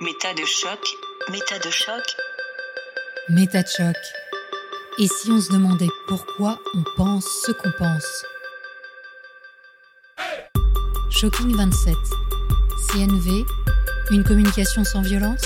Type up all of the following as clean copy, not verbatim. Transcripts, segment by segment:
Méta de choc. Méta de choc. Méta de choc. Et si on se demandait pourquoi on pense ce qu'on pense? Shocking 27. CNV, une communication sans violence?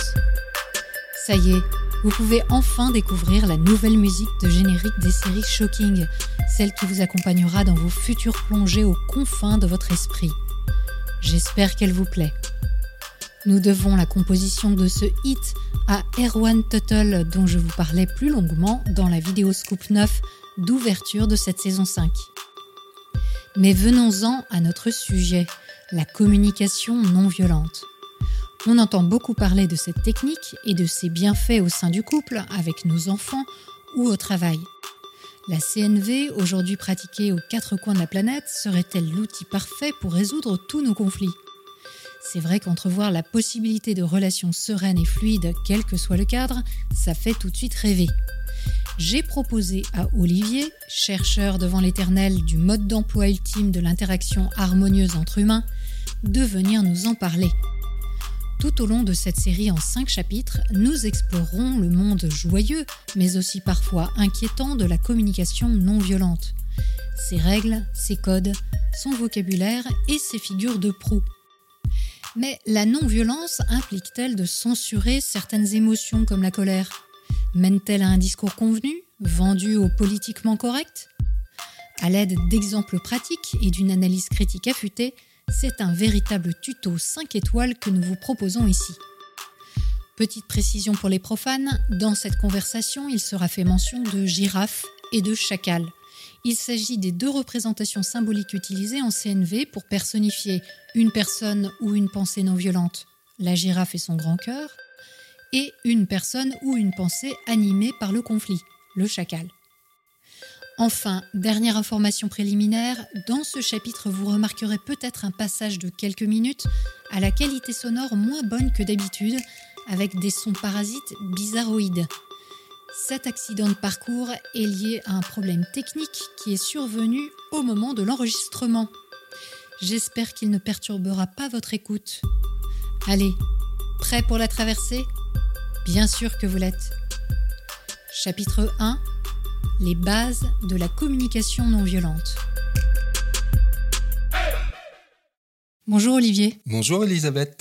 Ça y est, vous pouvez enfin découvrir la nouvelle musique de générique des séries Shocking, celle qui vous accompagnera dans vos futures plongées aux confins de votre esprit. J'espère qu'elle vous plaît. Nous devons la composition de ce hit à Erwan Tuttle, dont je vous parlais plus longuement dans la vidéo Scoop 9 d'ouverture de cette saison 5. Mais venons-en à notre sujet, la communication non violente. On entend beaucoup parler de cette technique et de ses bienfaits au sein du couple, avec nos enfants ou au travail. La CNV, aujourd'hui pratiquée aux quatre coins de la planète, serait-elle l'outil parfait pour résoudre tous nos conflits ? C'est vrai qu'entrevoir la possibilité de relations sereines et fluides, quel que soit le cadre, ça fait tout de suite rêver. J'ai proposé à Olivier, chercheur devant l'éternel du mode d'emploi ultime de l'interaction harmonieuse entre humains, de venir nous en parler. Tout au long de cette série en 5 chapitres, nous explorerons le monde joyeux, mais aussi parfois inquiétant de la communication non violente. Ses règles, ses codes, son vocabulaire et ses figures de proue. Mais la non-violence implique-t-elle de censurer certaines émotions comme la colère ? Mène-t-elle à un discours convenu, vendu au politiquement correct ? À l'aide d'exemples pratiques et d'une analyse critique affûtée, c'est un véritable tuto 5 étoiles que nous vous proposons ici. Petite précision pour les profanes, dans cette conversation, il sera fait mention de girafe et de chacal. Il s'agit des 2 représentations symboliques utilisées en CNV pour personnifier une personne ou une pensée non violente, la girafe et son grand cœur, et une personne ou une pensée animée par le conflit, le chacal. Enfin, dernière information préliminaire, dans ce chapitre, vous remarquerez peut-être un passage de quelques minutes à la qualité sonore moins bonne que d'habitude, avec des sons parasites bizarroïdes. Cet accident de parcours est lié à un problème technique qui est survenu au moment de l'enregistrement. J'espère qu'il ne perturbera pas votre écoute. Allez, prêt pour la traversée ? Bien sûr que vous l'êtes. Chapitre 1. Les bases de la communication non violente. Bonjour Olivier. Bonjour Elisabeth.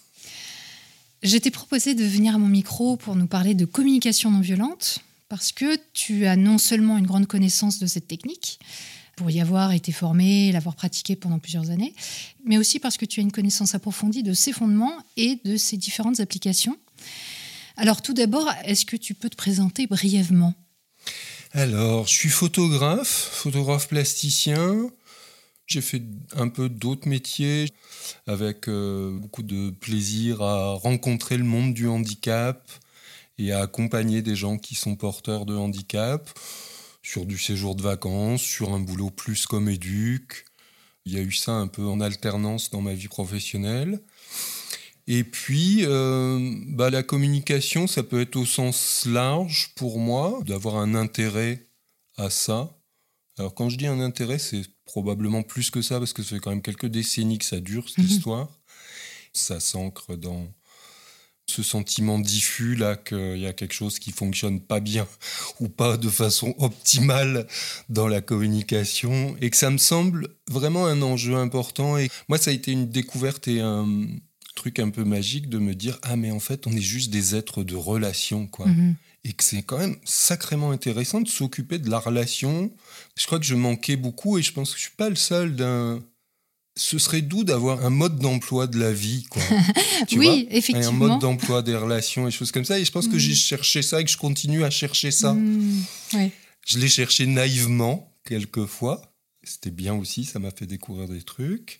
Je t'ai proposé de venir à mon micro pour nous parler de communication non violente parce que tu as non seulement une grande connaissance de cette technique, pour y avoir été formé, l'avoir pratiquée pendant plusieurs années, mais aussi parce que tu as une connaissance approfondie de ses fondements et de ses différentes applications. Alors tout d'abord, est-ce que tu peux te présenter brièvement ? Alors, je suis photographe plasticien. J'ai fait un peu d'autres métiers avec beaucoup de plaisir à rencontrer le monde du handicap et à accompagner des gens qui sont porteurs de handicap sur du séjour de vacances, sur un boulot plus comme éduc. Il y a eu ça un peu en alternance dans ma vie professionnelle. Et puis, la communication, ça peut être au sens large pour moi, d'avoir un intérêt à ça. Alors quand je dis un intérêt, c'est probablement plus que ça, parce que ça fait quand même quelques décennies que ça dure, cette histoire. Ça s'ancre dans ce sentiment diffus là qu'il y a quelque chose qui fonctionne pas bien ou pas de façon optimale dans la communication, et que ça me semble vraiment un enjeu important. Et moi, ça a été une découverte et un truc un peu magique de me dire « Ah, mais en fait, on est juste des êtres de relation, quoi. » Et que c'est quand même sacrément intéressant de s'occuper de la relation. Je crois que je manquais beaucoup et je pense que je suis pas le seul Ce serait doux d'avoir un mode d'emploi de la vie, quoi. Tu vois, effectivement. Un mode d'emploi des relations et choses comme ça. Et je pense que j'ai cherché ça et que je continue à chercher ça. Ouais. Je l'ai cherché naïvement, quelquefois. C'était bien aussi, ça m'a fait découvrir des trucs.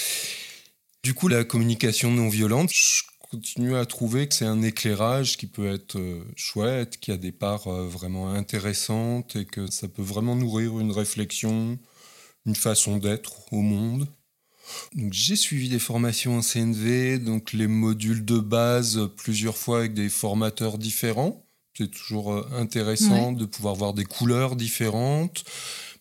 Du coup, la communication non violente, je continue à trouver que c'est un éclairage qui peut être chouette, qui a des parts vraiment intéressantes et que ça peut vraiment nourrir une réflexion, une façon d'être au monde. Donc, j'ai suivi des formations en CNV, donc les modules de base plusieurs fois avec des formateurs différents. C'est toujours intéressant de pouvoir voir des couleurs différentes.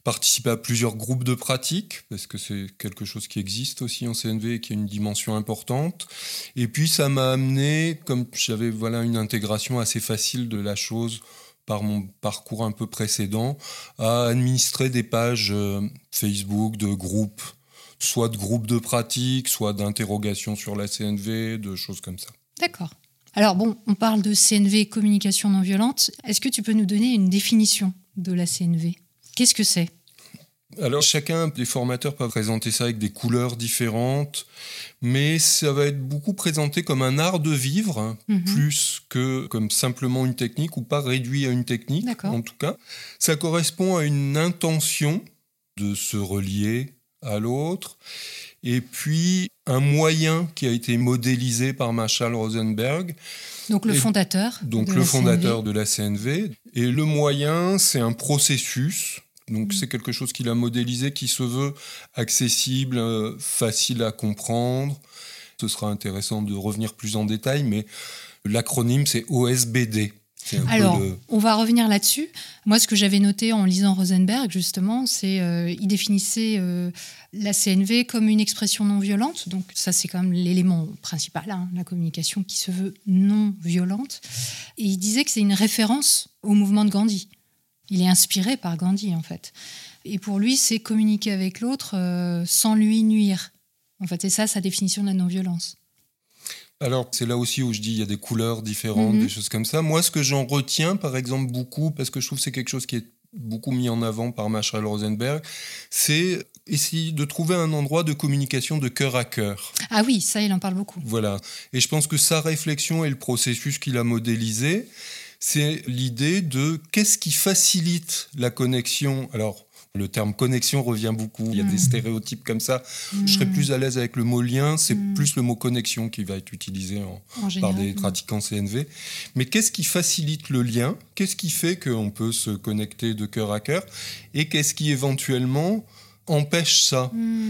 participer à plusieurs groupes de pratique, parce que c'est quelque chose qui existe aussi en CNV et qui a une dimension importante. Et puis ça m'a amené, comme j'avais une intégration assez facile de la chose par mon parcours un peu précédent, à administrer des pages Facebook de groupes, soit de groupes de pratique, soit d'interrogations sur la CNV, de choses comme ça. D'accord. Alors bon, on parle de CNV, communication non violente. Est-ce que tu peux nous donner une définition de la CNV ? Qu'est-ce que c'est ? Alors, chacun des formateurs peut présenter ça avec des couleurs différentes, mais ça va être beaucoup présenté comme un art de vivre, plus que comme simplement une technique, ou pas réduit à une technique, en tout cas. Ça correspond à une intention de se relier à l'autre, et puis un moyen qui a été modélisé par Marshall Rosenberg. Donc le fondateur. Donc le fondateur de la CNV. Et le moyen, c'est un processus. Donc c'est quelque chose qu'il a modélisé qui se veut accessible, facile à comprendre. Ce sera intéressant de revenir plus en détail, mais l'acronyme c'est OSBD. Alors, on va revenir là-dessus. Moi, ce que j'avais noté en lisant Rosenberg, justement, c'est il définissait la CNV comme une expression non violente. Donc ça, c'est quand même l'élément principal, la communication qui se veut non violente. Et il disait que c'est une référence au mouvement de Gandhi. Il est inspiré par Gandhi, en fait. Et pour lui, c'est communiquer avec l'autre sans lui nuire. En fait, c'est ça sa définition de la non-violence. Alors, c'est là aussi où je dis il y a des couleurs différentes, des choses comme ça. Moi, ce que j'en retiens, par exemple, beaucoup, parce que je trouve que c'est quelque chose qui est beaucoup mis en avant par Marshall Rosenberg, c'est essayer de trouver un endroit de communication de cœur à cœur. Ah oui, ça, il en parle beaucoup. Voilà. Et je pense que sa réflexion et le processus qu'il a modélisé, c'est l'idée de qu'est-ce qui facilite la connexion. Alors, le terme connexion revient beaucoup. Il y a des stéréotypes comme ça. Je serais plus à l'aise avec le mot lien. C'est plus le mot connexion qui va être utilisé par des pratiquants CNV. Mais qu'est-ce qui facilite le lien ? Qu'est-ce qui fait qu'on peut se connecter de cœur à cœur ? Et qu'est-ce qui éventuellement empêche ça ?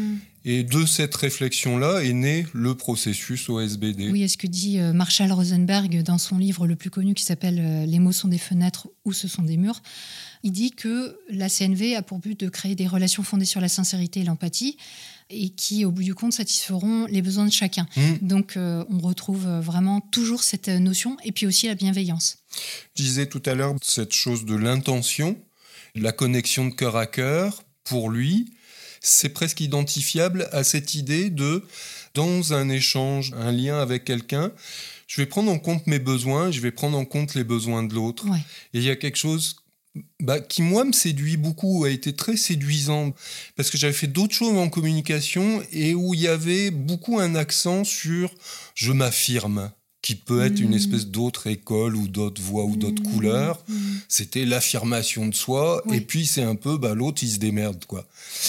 Et de cette réflexion-là est né le processus OSBD. Oui, est ce que dit Marshall Rosenberg dans son livre le plus connu qui s'appelle « Les mots sont des fenêtres ou ce sont des murs ». Il dit que la CNV a pour but de créer des relations fondées sur la sincérité et l'empathie et qui, au bout du compte, satisferont les besoins de chacun. Donc, on retrouve vraiment toujours cette notion et puis aussi la bienveillance. Je disais tout à l'heure cette chose de l'intention, la connexion de cœur à cœur, pour lui, c'est presque identifiable à cette idée de, dans un échange, un lien avec quelqu'un, je vais prendre en compte mes besoins, je vais prendre en compte les besoins de l'autre. Ouais. Et il y a quelque chose qui, moi, me séduit beaucoup, a été très séduisant, parce que j'avais fait d'autres choses en communication et où il y avait beaucoup un accent sur « je m'affirme ». Qui peut être une espèce d'autre école ou d'autres voix ou d'autres couleurs. C'était l'affirmation de soi. Oui. Et puis, c'est un peu, l'autre, il se démerde, quoi.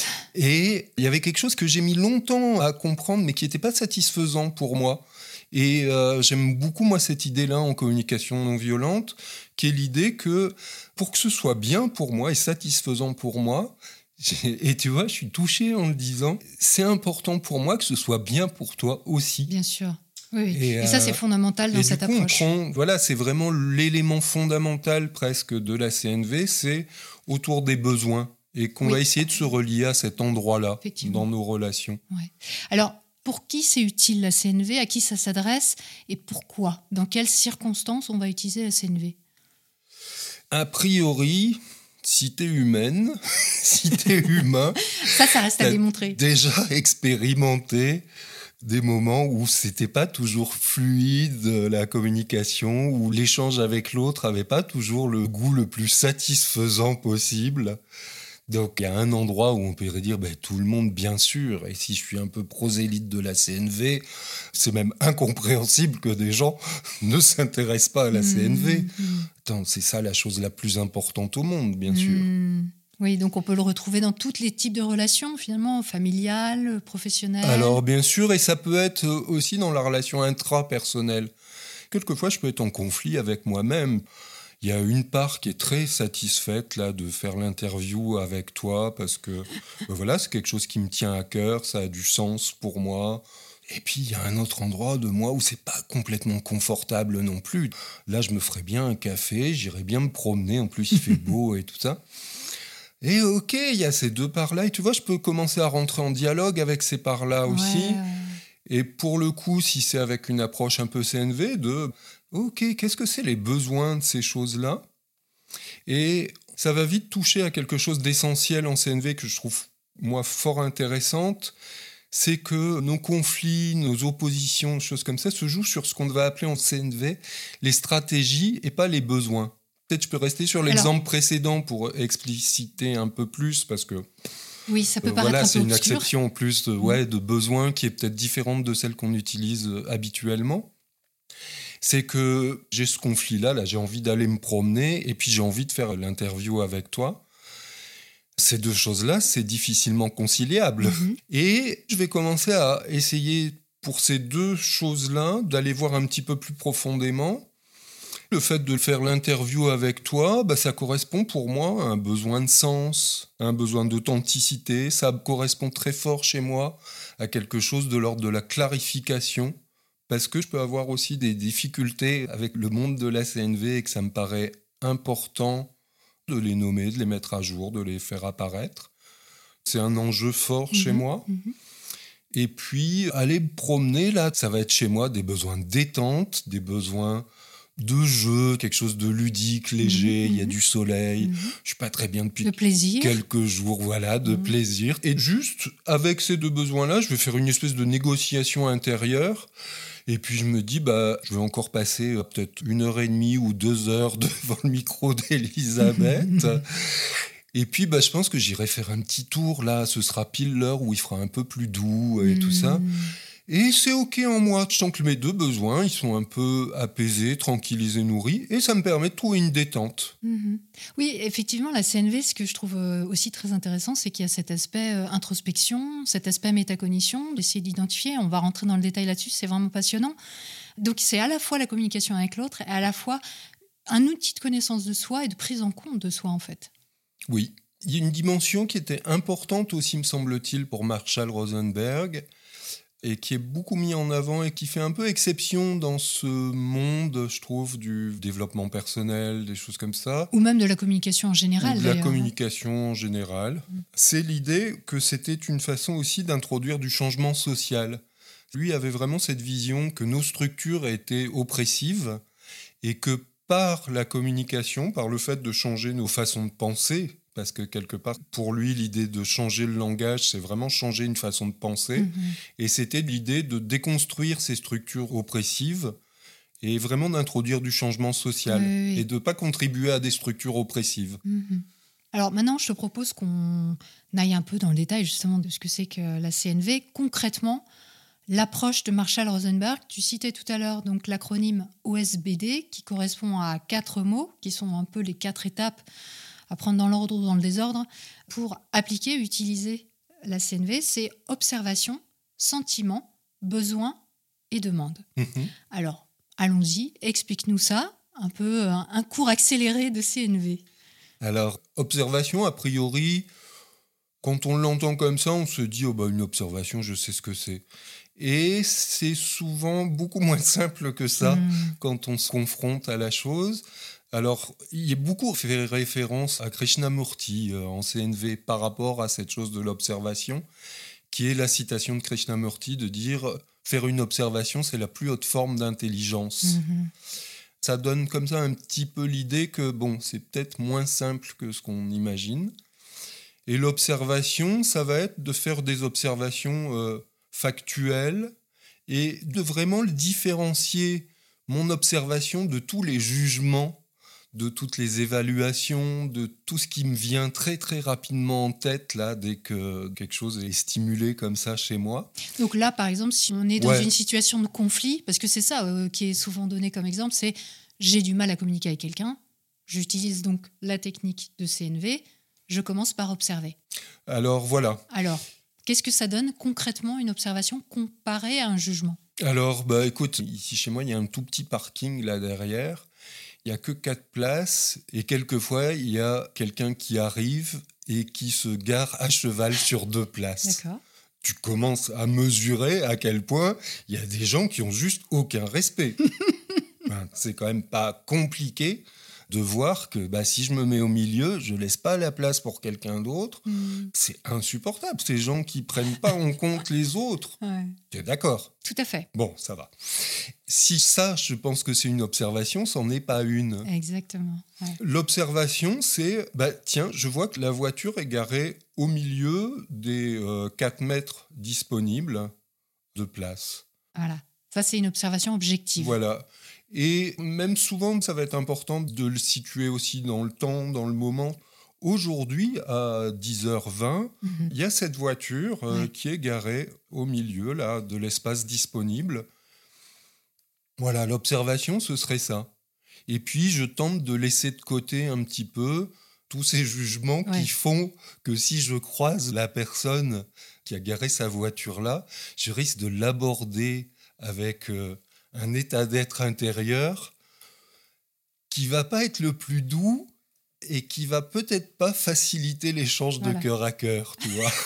Et il y avait quelque chose que j'ai mis longtemps à comprendre, mais qui n'était pas satisfaisant pour moi. Et j'aime beaucoup, moi, cette idée-là en communication non violente, qui est l'idée que pour que ce soit bien pour moi et satisfaisant pour moi, et tu vois, je suis touché en le disant, c'est important pour moi que ce soit bien pour toi aussi. Bien sûr. Oui. Et ça, c'est fondamental dans cette approche. Voilà, c'est vraiment l'élément fondamental presque de la CNV, c'est autour des besoins et qu'on va essayer de se relier à cet endroit-là dans nos relations. Ouais. Alors, pour qui c'est utile la CNV ? À qui ça s'adresse ? Et pourquoi ? Dans quelles circonstances on va utiliser la CNV ? A priori, si t'es humaine, si t'es humain... ça reste à démontrer. Déjà expérimenté des moments où c'était pas toujours fluide la communication, où l'échange avec l'autre avait pas toujours le goût le plus satisfaisant possible. Donc il y a un endroit où on pourrait dire tout le monde bien sûr, et si je suis un peu prosélyte de la CNV, c'est même incompréhensible que des gens ne s'intéressent pas à la CNV. Attends, c'est ça la chose la plus importante au monde, bien sûr. Oui, donc on peut le retrouver dans tous les types de relations, finalement, familiales, professionnelles. Alors, bien sûr, et ça peut être aussi dans la relation intrapersonnelle. Quelquefois, je peux être en conflit avec moi-même. Il y a une part qui est très satisfaite là, de faire l'interview avec toi parce que voilà, c'est quelque chose qui me tient à cœur, ça a du sens pour moi. Et puis, il y a un autre endroit de moi où c'est pas complètement confortable non plus. Là, je me ferais bien un café, j'irais bien me promener, en plus, il fait beau et tout ça. Et ok, il y a ces deux parts-là, et tu vois, je peux commencer à rentrer en dialogue avec ces parts-là aussi. Ouais. Et pour le coup, si c'est avec une approche un peu CNV, ok, qu'est-ce que c'est les besoins de ces choses-là? Et ça va vite toucher à quelque chose d'essentiel en CNV que je trouve, moi, fort intéressante. C'est que nos conflits, nos oppositions, choses comme ça, se jouent sur ce qu'on va appeler en CNV les stratégies et pas les besoins. Peut-être je peux rester sur l'exemple précédent pour expliciter un peu plus, parce que oui, ça peut paraître un peu c'est une obscur. acception en plus de besoin qui est peut-être différente de celle qu'on utilise habituellement. C'est que j'ai ce conflit-là, j'ai envie d'aller me promener et puis j'ai envie de faire l'interview avec toi. Ces deux choses-là, c'est difficilement conciliable. Et je vais commencer à essayer, pour ces deux choses-là, d'aller voir un petit peu plus profondément. Le fait de faire l'interview avec toi, ça correspond pour moi à un besoin de sens, à un besoin d'authenticité. Ça correspond très fort chez moi à quelque chose de l'ordre de la clarification. Parce que je peux avoir aussi des difficultés avec le monde de la CNV et que ça me paraît important de les nommer, de les mettre à jour, de les faire apparaître. C'est un enjeu fort chez moi. Et puis, aller me promener, là, ça va être chez moi des besoins de détente, des besoins de jeu, quelque chose de ludique, léger, il y a du soleil, je suis pas très bien depuis quelques jours, voilà, de plaisir. Et juste, avec ces deux besoins-là, je vais faire une espèce de négociation intérieure. Et puis je me dis, je vais encore passer peut-être 1h30 ou 2 heures devant le micro d'Elisabeth. Et puis je pense que j'irai faire un petit tour, là, ce sera pile l'heure où il fera un peu plus doux et tout ça. Et c'est ok en moi, je sens que mes deux besoins, ils sont un peu apaisés, tranquillisés, nourris, et ça me permet de trouver une détente. Oui, effectivement, la CNV, ce que je trouve aussi très intéressant, c'est qu'il y a cet aspect introspection, cet aspect métacognition, d'essayer d'identifier, on va rentrer dans le détail là-dessus, c'est vraiment passionnant. Donc c'est à la fois la communication avec l'autre, et à la fois un outil de connaissance de soi et de prise en compte de soi, en fait. Oui, il y a une dimension qui était importante aussi, me semble-t-il, pour Marshall Rosenberg, et qui est beaucoup mis en avant et qui fait un peu exception dans ce monde, je trouve, du développement personnel, des choses comme ça. Ou même de la communication en général, d'ailleurs. La communication en général. C'est l'idée que c'était une façon aussi d'introduire du changement social. Lui avait vraiment cette vision que nos structures étaient oppressives et que par la communication, par le fait de changer nos façons de penser, parce que quelque part, pour lui, l'idée de changer le langage, c'est vraiment changer une façon de penser. Et c'était l'idée de déconstruire ces structures oppressives et vraiment d'introduire du changement social et de ne pas contribuer à des structures oppressives. Alors maintenant, je te propose qu'on aille un peu dans le détail justement de ce que c'est que la CNV. Concrètement, l'approche de Marshall Rosenberg, tu citais tout à l'heure donc l'acronyme OSBD qui correspond à 4 mots, qui sont un peu les 4 étapes à prendre dans l'ordre ou dans le désordre, pour appliquer, utiliser la CNV, c'est observation, sentiment, besoin et demande. Alors, allons-y, explique-nous ça, un peu un cours accéléré de CNV. Alors, observation, a priori, quand on l'entend comme ça, on se dit une observation, je sais ce que c'est. Et c'est souvent beaucoup moins simple que ça quand on se confronte à la chose. Alors, il y a beaucoup fait référence à Krishnamurti en CNV par rapport à cette chose de l'observation, qui est la citation de Krishnamurti de dire « faire une observation, c'est la plus haute forme d'intelligence ». Ça donne comme ça un petit peu l'idée que c'est peut-être moins simple que ce qu'on imagine. Et l'observation, ça va être de faire des observations factuelles et de vraiment le différencier, mon observation, de tous les jugements, de toutes les évaluations, de tout ce qui me vient très très rapidement en tête là, dès que quelque chose est stimulé comme ça chez moi. Donc là, par exemple, si on est dans une situation de conflit, parce que c'est ça qui est souvent donné comme exemple, c'est j'ai du mal à communiquer avec quelqu'un, j'utilise donc la technique de CNV, je commence par observer. Alors voilà. Alors, qu'est-ce que ça donne concrètement une observation comparée à un jugement ? Alors, écoute, ici chez moi, il y a un tout petit parking là derrière. Il n'y a que 4 places et quelquefois, il y a quelqu'un qui arrive et qui se gare à cheval sur 2 places. D'accord. Tu commences à mesurer à quel point il y a des gens qui ont juste aucun respect. C'est quand même pas compliqué de voir que si je me mets au milieu, je laisse pas la place pour quelqu'un d'autre. C'est insupportable, ces gens qui prennent pas en compte les autres. Ouais. Tu es d'accord? Tout à fait. Bon, ça va. Si ça, je pense que c'est une observation, c'en est pas une. Exactement. Ouais. L'observation, c'est, tiens, je vois que la voiture est garée au milieu des 4 mètres disponibles de place. Voilà. Ça, c'est une observation objective. Voilà. Et même souvent, ça va être important de le situer aussi dans le temps, dans le moment. Aujourd'hui, à 10h20, il y a cette voiture qui est garée au milieu là, de l'espace disponible. Voilà, l'observation, ce serait ça. Et puis, je tente de laisser de côté un petit peu tous ces jugements qui font que si je croise la personne qui a garé sa voiture là, je risque de l'aborder avec un état d'être intérieur qui va pas être le plus doux et qui va peut-être pas faciliter l'échange de cœur à cœur, tu vois.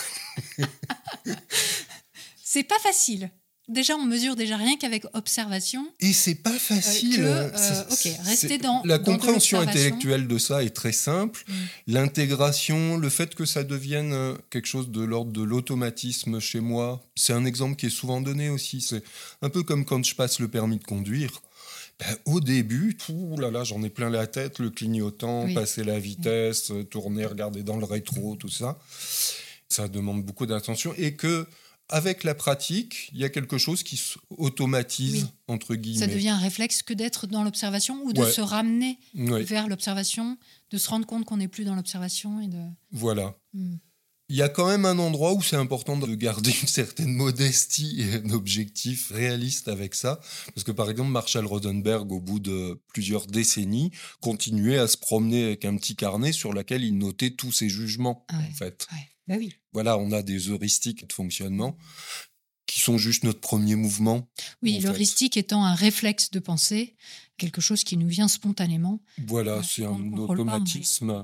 C'est pas facile. Déjà, on mesure déjà rien qu'avec observation. Et c'est pas facile. Rester dans la dans compréhension de l'observation. intellectuelle de ça est très simple. L'intégration, le fait que ça devienne quelque chose de l'ordre de l'automatisme chez moi, c'est un exemple qui est souvent donné aussi. C'est un peu comme quand je passe le permis de conduire. Au début, j'en ai plein la tête, le clignotant, passer la vitesse, tourner, regarder dans le rétro, tout ça. Ça demande beaucoup d'attention et que avec la pratique, il y a quelque chose qui s'automatise, entre guillemets. Ça devient un réflexe que d'être dans l'observation ou de se ramener vers l'observation, de se rendre compte qu'on n'est plus dans l'observation. Voilà. Il y a quand même un endroit où c'est important de garder une certaine modestie et un objectif réaliste avec ça. Parce que, par exemple, Marshall Rosenberg, au bout de plusieurs décennies, continuait à se promener avec un petit carnet sur lequel il notait tous ses jugements, en fait. Ouais. Oui. Voilà, on a des heuristiques de fonctionnement qui sont juste notre premier mouvement. Oui, l'heuristique étant un réflexe de pensée, quelque chose qui nous vient spontanément. Voilà, c'est un automatisme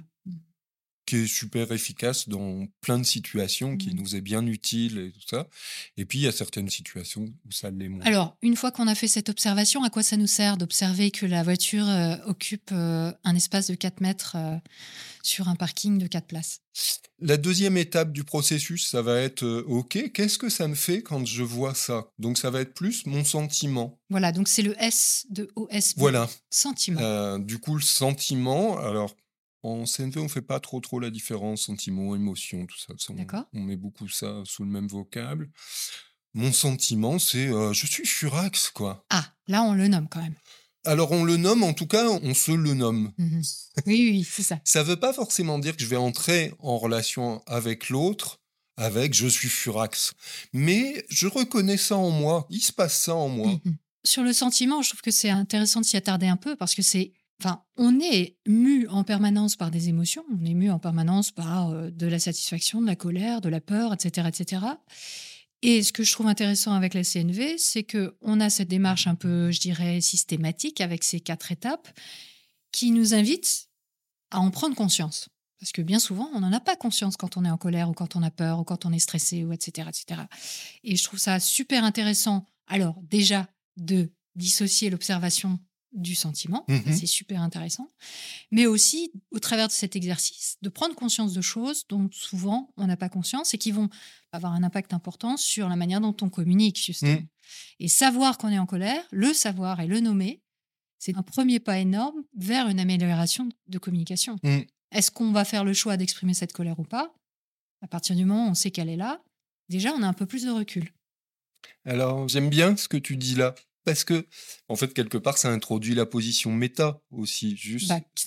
qui est super efficace dans plein de situations, qui nous est bien utile et tout ça. Et puis, il y a certaines situations où ça l'est moins. Alors, une fois qu'on a fait cette observation, à quoi ça nous sert d'observer que la voiture occupe un espace de 4 mètres sur un parking de 4 places? La deuxième étape du processus, ça va être OK, qu'est-ce que ça me fait quand je vois ça? Donc, ça va être plus mon sentiment. Voilà, donc c'est le S de OSB. Voilà. Sentiment. Du coup, le sentiment, alors, en CNV, on ne fait pas trop la différence, sentiment, émotion, tout ça. D'accord. On met beaucoup ça sous le même vocable. Mon sentiment, c'est je suis furax, quoi. Ah, là, on le nomme quand même. Alors, on le nomme, en tout cas, on se le nomme. Oui, c'est ça. Ça ne veut pas forcément dire que je vais entrer en relation avec l'autre avec je suis furax. Mais je reconnais ça en moi. Il se passe ça en moi. Sur le sentiment, je trouve que c'est intéressant de s'y attarder un peu parce que on est mu en permanence par des émotions, on est mu en permanence par de la satisfaction, de la colère, de la peur, etc., etc. Et ce que je trouve intéressant avec la CNV, c'est qu'on a cette démarche un peu, je dirais, systématique avec ces 4 étapes qui nous invitent à en prendre conscience. Parce que bien souvent, on n'en a pas conscience quand on est en colère ou quand on a peur ou quand on est stressé, ou etc., etc. Et je trouve ça super intéressant, alors déjà, de dissocier l'observation du sentiment, c'est super intéressant, mais aussi, au travers de cet exercice, de prendre conscience de choses dont souvent on n'a pas conscience et qui vont avoir un impact important sur la manière dont on communique, justement. Et savoir qu'on est en colère, le savoir et le nommer, c'est un premier pas énorme vers une amélioration de communication. Est-ce qu'on va faire le choix d'exprimer cette colère ou pas? À partir du moment où on sait qu'elle est là, déjà, on a un peu plus de recul. Alors, j'aime bien ce que tu dis là. Parce que, en fait, quelque part, ça introduit la position méta aussi. Juste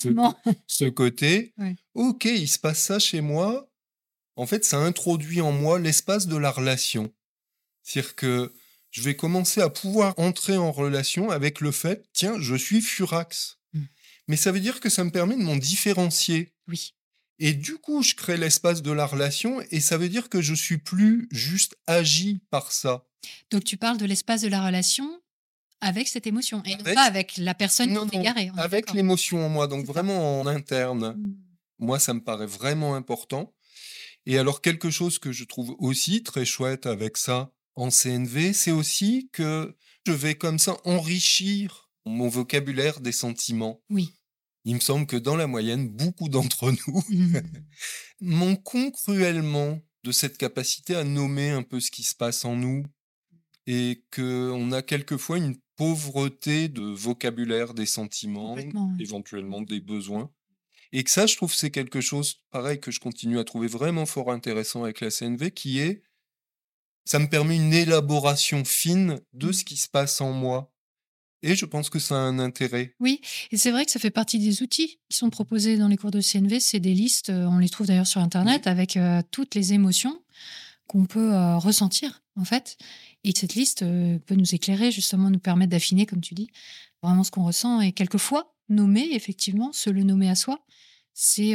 ce côté. OK, il se passe ça chez moi. En fait, ça introduit en moi l'espace de la relation. C'est-à-dire que je vais commencer à pouvoir entrer en relation avec le fait, tiens, je suis furax. Mais ça veut dire que ça me permet de m'en différencier. Oui. Et du coup, je crée l'espace de la relation et ça veut dire que je suis plus juste agi par ça. Donc, tu parles de l'espace de la relation avec cette émotion et non pas avec la personne qui est égarée. Avec l'émotion en moi, donc vraiment en interne. Moi, ça me paraît vraiment important. Et alors, quelque chose que je trouve aussi très chouette avec ça en CNV, c'est aussi que je vais comme ça enrichir mon vocabulaire des sentiments. Oui. Il me semble que dans la moyenne, beaucoup d'entre nous Mhm. manquons cruellement de cette capacité à nommer un peu ce qui se passe en nous et qu'on a quelquefois une pauvreté de vocabulaire des sentiments, Complètement, ouais. éventuellement des besoins. Et que ça, je trouve, c'est quelque chose, pareil, que je continue à trouver vraiment fort intéressant avec la CNV, qui est, ça me permet une élaboration fine de ce qui se passe en moi. Et je pense que ça a un intérêt. Oui, et c'est vrai que ça fait partie des outils qui sont proposés dans les cours de CNV. C'est des listes, on les trouve d'ailleurs sur Internet, avec toutes les émotions qu'on peut ressentir, en fait. Et cette liste peut nous éclairer, justement, nous permettre d'affiner, comme tu dis, vraiment ce qu'on ressent. Et quelquefois, nommer, effectivement, se le nommer à soi, c'est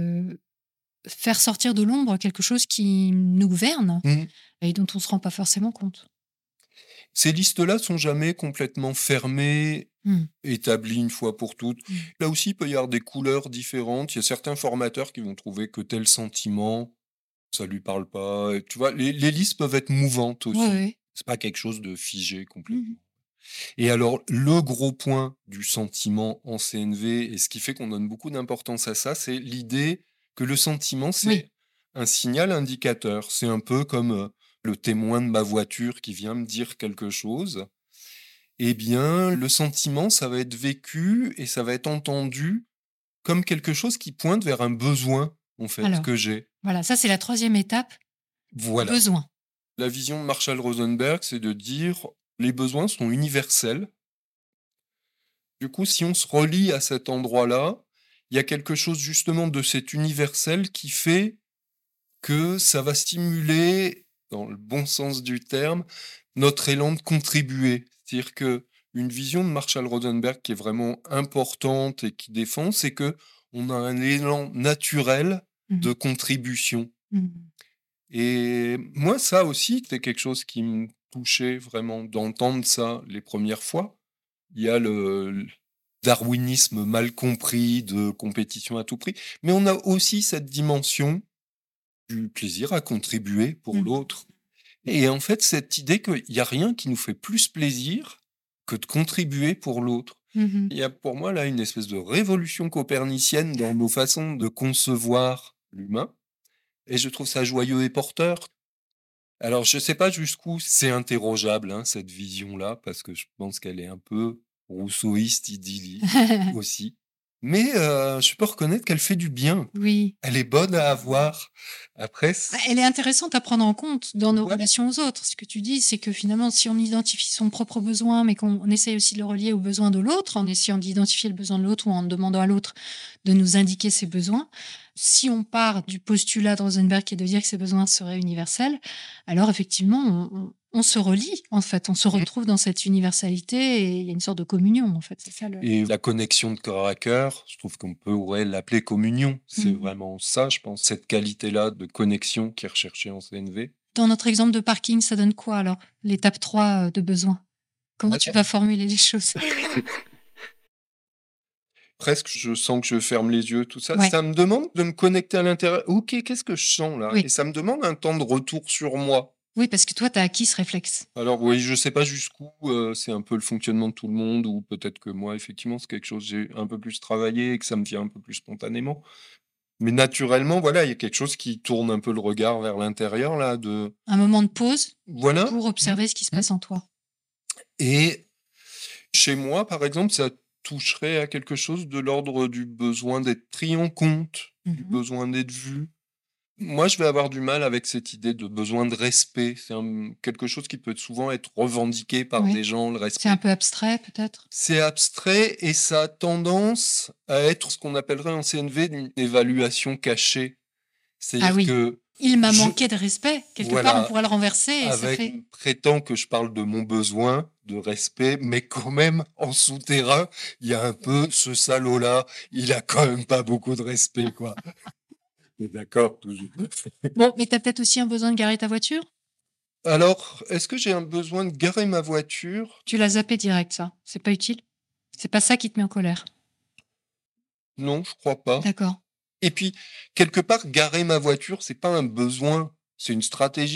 faire sortir de l'ombre quelque chose qui nous gouverne Mhm. et dont on ne se rend pas forcément compte. Ces listes-là sont jamais complètement fermées, Mm. établies une fois pour toutes. Mm. Là aussi, il peut y avoir des couleurs différentes. Il y a certains formateurs qui vont trouver que tel sentiment, ça lui parle pas. Et tu vois, les listes peuvent être mouvantes aussi. Ouais, ouais. C'est pas quelque chose de figé complètement. Mhm. Et alors, le gros point du sentiment en CNV, et ce qui fait qu'on donne beaucoup d'importance à ça, c'est l'idée que le sentiment, c'est Oui. un signal indicateur. C'est un peu comme le témoin de ma voiture qui vient me dire quelque chose. Eh bien, le sentiment, ça va être vécu et ça va être entendu comme quelque chose qui pointe vers un besoin, en fait, Alors, que j'ai. voilà, ça, c'est la troisième étape, Voilà. besoin. La vision de Marshall Rosenberg, c'est de dire les besoins sont universels. Du coup, si on se relie à cet endroit-là, il y a quelque chose justement de cet universel qui fait que ça va stimuler, dans le bon sens du terme, notre élan de contribuer. C'est-à-dire que une vision de Marshall Rosenberg qui est vraiment importante et qui défend, c'est que on a un élan naturel de Mhm. contribution. Mhm. Et moi, ça aussi, c'est quelque chose qui me touchait vraiment d'entendre ça les premières fois. Il y a le darwinisme mal compris de compétition à tout prix, mais on a aussi cette dimension du plaisir à contribuer pour Mhm. l'autre. Et en fait, cette idée qu'il n'y a rien qui nous fait plus plaisir que de contribuer pour l'autre. Mhm. Il y a pour moi là une espèce de révolution copernicienne dans nos façons de concevoir l'humain, et je trouve ça joyeux et porteur. Alors, je ne sais pas jusqu'où c'est interrogeable, hein, cette vision-là, parce que je pense qu'elle est un peu rousseauiste, idyllique aussi. Mais je peux reconnaître qu'elle fait du bien. Oui. Elle est bonne à avoir. Après, Elle est intéressante à prendre en compte dans nos ouais, relations aux autres. Ce que tu dis, c'est que finalement, si on identifie son propre besoin, mais qu'on essaye aussi de le relier aux besoins de l'autre, en essayant d'identifier le besoin de l'autre ou en demandant à l'autre de nous indiquer ses besoins, si on part du postulat de Rosenberg qui est de dire que ces besoins seraient universels, alors effectivement, on se relie, en fait. On se retrouve dans cette universalité et il y a une sorte de communion, en fait. C'est ça le... et la connexion de cœur à cœur, je trouve qu'on pourrait l'appeler communion. C'est Mhm. vraiment ça, je pense, cette qualité-là de connexion qui est recherchée en CNV. Dans notre exemple de parking, ça donne quoi alors? L'étape 3 de besoin. Comment tu vas formuler les choses? Presque, je sens que je ferme les yeux, tout ça. Ouais. Ça me demande de me connecter à l'intérieur. Ok, qu'est-ce que je sens là? Oui. Et ça me demande un temps de retour sur moi. Oui, parce que toi, tu as acquis ce réflexe. Alors oui, je sais pas jusqu'où c'est un peu le fonctionnement de tout le monde, ou peut-être que moi, effectivement, c'est quelque chose que j'ai un peu plus travaillé et que ça me vient un peu plus spontanément. Mais naturellement, voilà, il y a quelque chose qui tourne un peu le regard vers l'intérieur, là, de... Un moment de pause Voilà. pour observer ce qui se passe en toi. Et chez moi, par exemple, ça toucherait à quelque chose de l'ordre du besoin d'être pris en compte, du Mhm. besoin d'être vu. Moi, je vais avoir du mal avec cette idée de besoin de respect. C'est quelque chose qui peut souvent être revendiqué par Oui. des gens, le C'est respect. un peu abstrait, peut-être. C'est abstrait et ça a tendance à être ce qu'on appellerait en CNV une évaluation cachée. C'est-à-dire Ah oui. que Il m'a je- manqué de respect. Quelque Voilà. part, on pourrait le renverser et ça avec fait... prétend que je parle de mon besoin de respect, mais quand même en souterrain, il y a un peu ce salaud-là, il a quand même pas beaucoup de respect, quoi. T'es d'accord, toujours. Bon, mais tu as peut-être aussi un besoin de garer ta voiture? Alors, est-ce que j'ai un besoin de garer ma voiture? Tu l'as zappé direct, ça. C'est pas utile. C'est pas ça qui te met en colère. Non, je crois pas. D'accord. Et puis, quelque part, garer ma voiture, c'est pas un besoin, c'est une stratégie.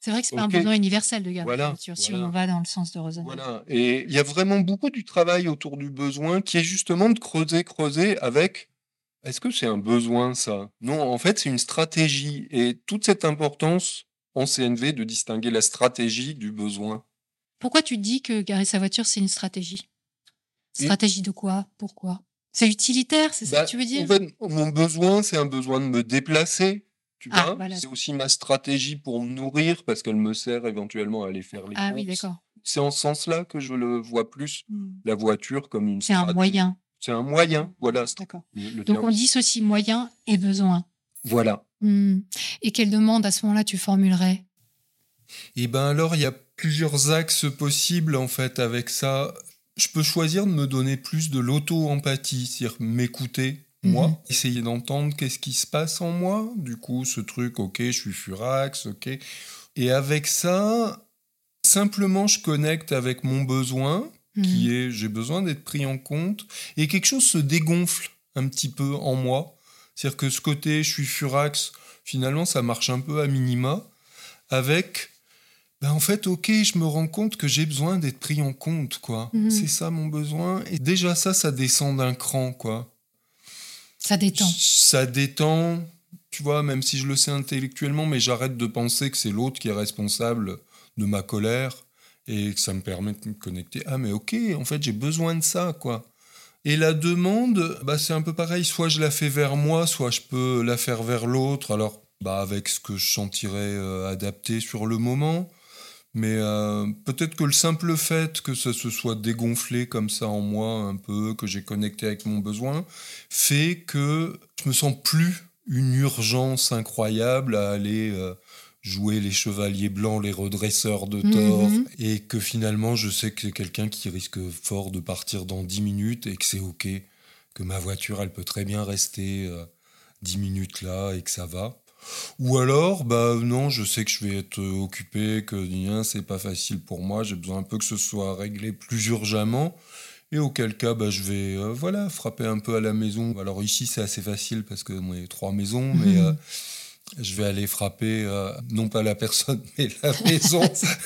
C'est vrai que c'est pas un besoin universel de garer Voilà, sa voiture, si voilà. on va dans le sens de raisonnement. Voilà. Et il y a vraiment beaucoup du travail autour du besoin qui est justement de creuser avec est-ce que c'est un besoin, ça? Non, en fait, c'est une stratégie. Et toute cette importance en CNV de distinguer la stratégie du besoin. Pourquoi tu dis que garer sa voiture, c'est une stratégie? Et- Stratégie de quoi? Pourquoi? C'est utilitaire, c'est ça que tu veux dire? En fait, mon besoin, c'est un besoin de me déplacer. Tu Ah, vois, voilà. c'est aussi ma stratégie pour me nourrir parce qu'elle me sert éventuellement à aller faire les Ah courses. oui, d'accord. C'est en ce sens-là que je le vois plus, la voiture comme une C'est un stratégie. moyen. C'est un moyen, voilà. D'accord. Le Donc terme. on dissocie moyen et besoin. Voilà. Et quelle demande à ce moment-là tu formulerais? Et ben alors, il y a plusieurs axes possibles en fait avec ça. Je peux choisir de me donner plus de l'auto-empathie, c'est-à-dire m'écouter, moi, essayer d'entendre qu'est-ce qui se passe en moi. Du coup, ce truc, ok, je suis furax, ok. Et avec ça, simplement, je connecte avec mon besoin, qui est j'ai besoin d'être pris en compte, et quelque chose se dégonfle un petit peu en moi. C'est-à-dire que ce côté, je suis furax, finalement, ça marche un peu à minima, avec... Ben en fait, ok, je me rends compte que j'ai besoin d'être pris en compte, quoi. C'est ça mon besoin. Et déjà ça descend d'un cran, quoi. Ça détend. Ça détend, tu vois, même si je le sais intellectuellement, mais j'arrête de penser que c'est l'autre qui est responsable de ma colère et que ça me permet de me connecter. Ah, mais ok, en fait, j'ai besoin de ça, quoi. Et la demande, bah, c'est un peu pareil. Soit je la fais vers moi, soit je peux la faire vers l'autre. Alors, bah, avec ce que je sentirais adapté sur le moment. Mais peut-être que le simple fait que ça se soit dégonflé comme ça en moi un peu, que j'ai connecté avec mon besoin, fait que je me sens plus une urgence incroyable à aller jouer les chevaliers blancs, les redresseurs de tort, et que finalement je sais que c'est quelqu'un qui risque fort de partir dans 10 minutes et que c'est ok, que ma voiture elle peut très bien rester 10 minutes là et que ça va. Ou alors, bah non, je sais que je vais être occupé, que c'est pas facile pour moi, j'ai besoin un peu que ce soit réglé plus urgemment. Et auquel cas, bah, je vais frapper un peu à la maison. Alors ici, c'est assez facile parce que moi, il y a 3 maisons, mais je vais aller frapper, non pas la personne, mais la maison.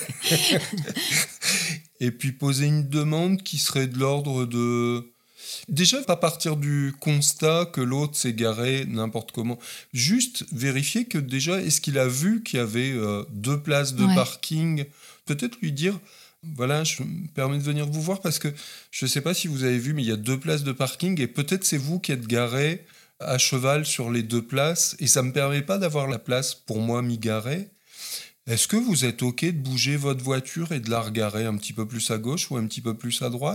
Et puis poser une demande qui serait de l'ordre de... Déjà, pas partir du constat que l'autre s'est garé n'importe comment. Juste vérifier que déjà, est-ce qu'il a vu qu'il y avait 2 places de parking? Peut-être lui dire, voilà, je me permets de venir vous voir parce que je ne sais pas si vous avez vu, mais il y a 2 places de parking et peut-être c'est vous qui êtes garé à cheval sur les 2 places et ça ne me permet pas d'avoir la place pour moi m'y garer. Est-ce que vous êtes OK de bouger votre voiture et de la regarer un petit peu plus à gauche ou un petit peu plus à droite ?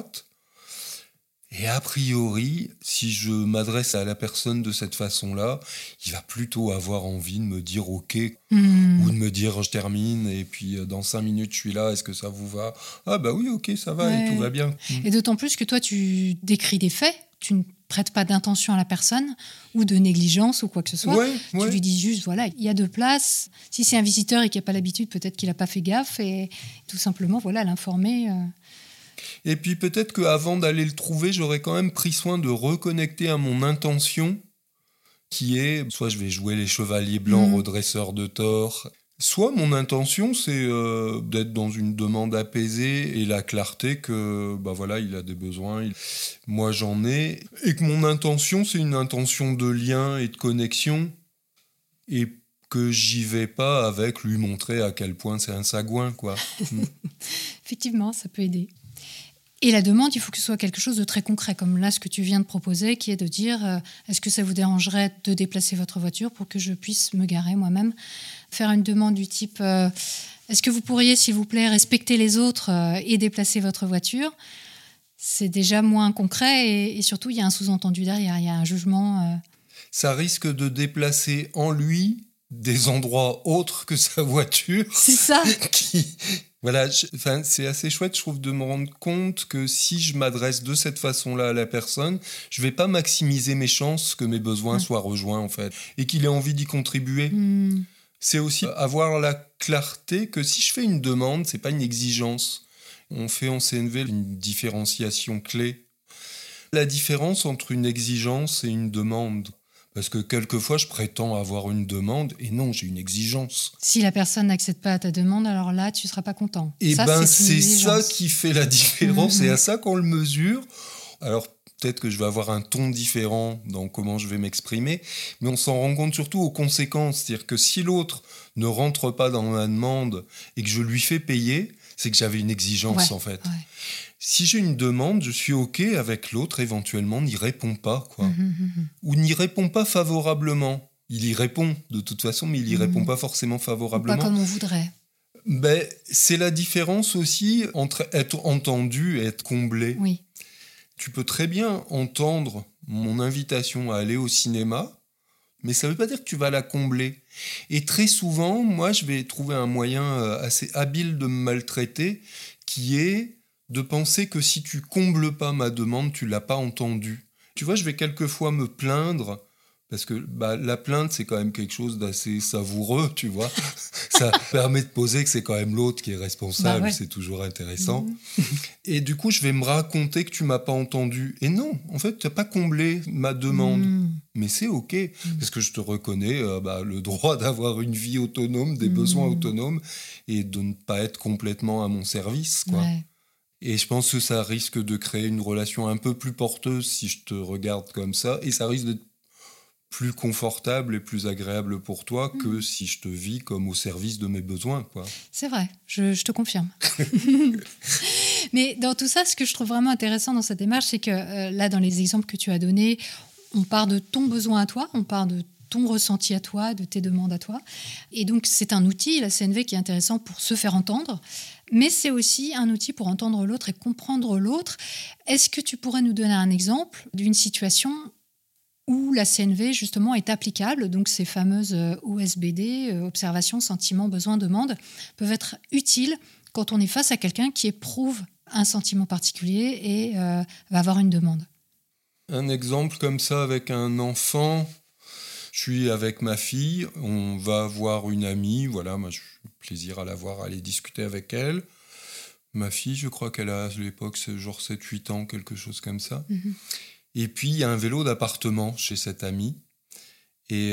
Et a priori, si je m'adresse à la personne de cette façon-là, il va plutôt avoir envie de me dire OK ou de me dire je termine et puis dans 5 minutes je suis là, est-ce que ça vous va? Ah bah oui, OK, ça va et tout va bien. Et d'autant plus que toi tu décris des faits, tu ne prêtes pas d'intention à la personne ou de négligence ou quoi que ce soit. Tu lui dis juste, voilà, il y a 2 places. Si c'est un visiteur et qu'il n'a pas l'habitude, peut-être qu'il n'a pas fait gaffe et tout simplement, voilà, l'informer... Et puis peut-être qu'avant d'aller le trouver, j'aurais quand même pris soin de reconnecter à mon intention, qui est, soit je vais jouer les chevaliers blancs redresseurs de tort, soit mon intention c'est d'être dans une demande apaisée et la clarté que, bah voilà, il a des besoins, moi j'en ai, et que mon intention c'est une intention de lien et de connexion, et que j'y vais pas avec lui montrer à quel point c'est un sagouin, quoi. Effectivement, ça peut aider. Et la demande, il faut que ce soit quelque chose de très concret, comme là, ce que tu viens de proposer, qui est de dire est-ce que ça vous dérangerait de déplacer votre voiture pour que je puisse me garer moi-même? Faire une demande du type est-ce que vous pourriez, s'il vous plaît, respecter les autres et déplacer votre voiture? C'est déjà moins concret et surtout, il y a un sous-entendu derrière, il y a un jugement. Ça risque de déplacer en lui des endroits autres que sa voiture. C'est ça. Voilà, c'est assez chouette, je trouve, de me rendre compte que si je m'adresse de cette façon-là à la personne, je vais pas maximiser mes chances que mes besoins soient rejoints, en fait, et qu'il ait envie d'y contribuer. C'est aussi avoir la clarté que si je fais une demande, c'est pas une exigence. On fait en CNV une différenciation clé. La différence entre une exigence et une demande. Parce que quelquefois, je prétends avoir une demande et non, j'ai une exigence. Si la personne n'accède pas à ta demande, alors là, tu ne seras pas content. Et c'est ça exigence. qui fait la différence. C'est à ça qu'on le mesure. Alors, peut-être que je vais avoir un ton différent dans comment je vais m'exprimer, mais on s'en rend compte surtout aux conséquences. C'est-à-dire que si l'autre ne rentre pas dans ma demande et que je lui fais payer, c'est que j'avais une exigence, en fait. Ouais. Si j'ai une demande, je suis OK avec l'autre, éventuellement, n'y répond pas, quoi. Ou n'y répond pas favorablement. Il y répond, de toute façon, mais il y répond pas forcément favorablement. Pas comme on voudrait. Ben, c'est la différence aussi entre être entendu et être comblé. Oui. Tu peux très bien entendre mon invitation à aller au cinéma, mais ça ne veut pas dire que tu vas la combler. Et très souvent, moi, je vais trouver un moyen assez habile de me maltraiter, qui est de penser que si tu combles pas ma demande, tu l'as pas entendue. Tu vois, je vais quelquefois me plaindre, parce que la plainte, c'est quand même quelque chose d'assez savoureux, tu vois. Ça permet de poser que c'est quand même l'autre qui est responsable, c'est toujours intéressant. Et du coup, je vais me raconter que tu m'as pas entendu. Et non, en fait, tu n'as pas comblé ma demande. Mais c'est OK, parce que je te reconnais le droit d'avoir une vie autonome, des besoins autonomes, et de ne pas être complètement à mon service, quoi. Ouais. Et je pense que ça risque de créer une relation un peu plus porteuse si je te regarde comme ça, et ça risque d'être plus confortable et plus agréable pour toi que si je te vis comme au service de mes besoins, quoi. C'est vrai, je te confirme. Mais dans tout ça, ce que je trouve vraiment intéressant dans cette démarche, c'est que là, dans les exemples que tu as donnés, on part de ton besoin à toi, on part de ton ressenti à toi, de tes demandes à toi. Et donc, c'est un outil, la CNV, qui est intéressant pour se faire entendre, mais c'est aussi un outil pour entendre l'autre et comprendre l'autre. Est-ce que tu pourrais nous donner un exemple d'une situation où la CNV, justement, est applicable? Donc, ces fameuses OSBD, observation, sentiment, besoin, demande, peuvent être utiles quand on est face à quelqu'un qui éprouve un sentiment particulier et va avoir une demande. Un exemple comme ça avec un enfant, je suis avec ma fille, on va voir une amie, voilà, moi j'ai plaisir à la voir, à aller discuter avec elle. Ma fille, je crois qu'elle a à l'époque genre 7-8 ans, quelque chose comme ça. Et puis il y a un vélo d'appartement chez cette amie. Et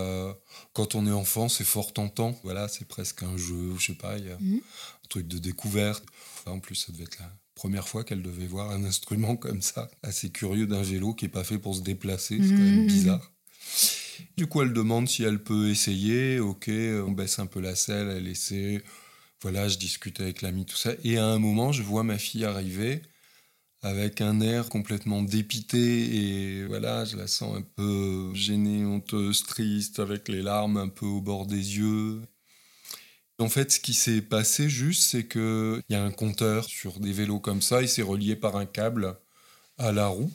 quand on est enfant, c'est fort tentant. Voilà, c'est presque un jeu, je sais pas, il y a un truc de découverte. En plus, ça devait être la première fois qu'elle devait voir un instrument comme ça. Assez curieux d'un vélo qui n'est pas fait pour se déplacer, c'est quand même bizarre. Du coup, elle demande si elle peut essayer. Ok, on baisse un peu la selle, elle essaie. Voilà, je discute avec l'ami, tout ça. Et à un moment, je vois ma fille arriver avec un air complètement dépité. Et voilà, je la sens un peu gênée, honteuse, triste, avec les larmes un peu au bord des yeux. En fait, ce qui s'est passé juste, c'est qu'il y a un compteur sur des vélos comme ça. Il s'est relié par un câble à la roue.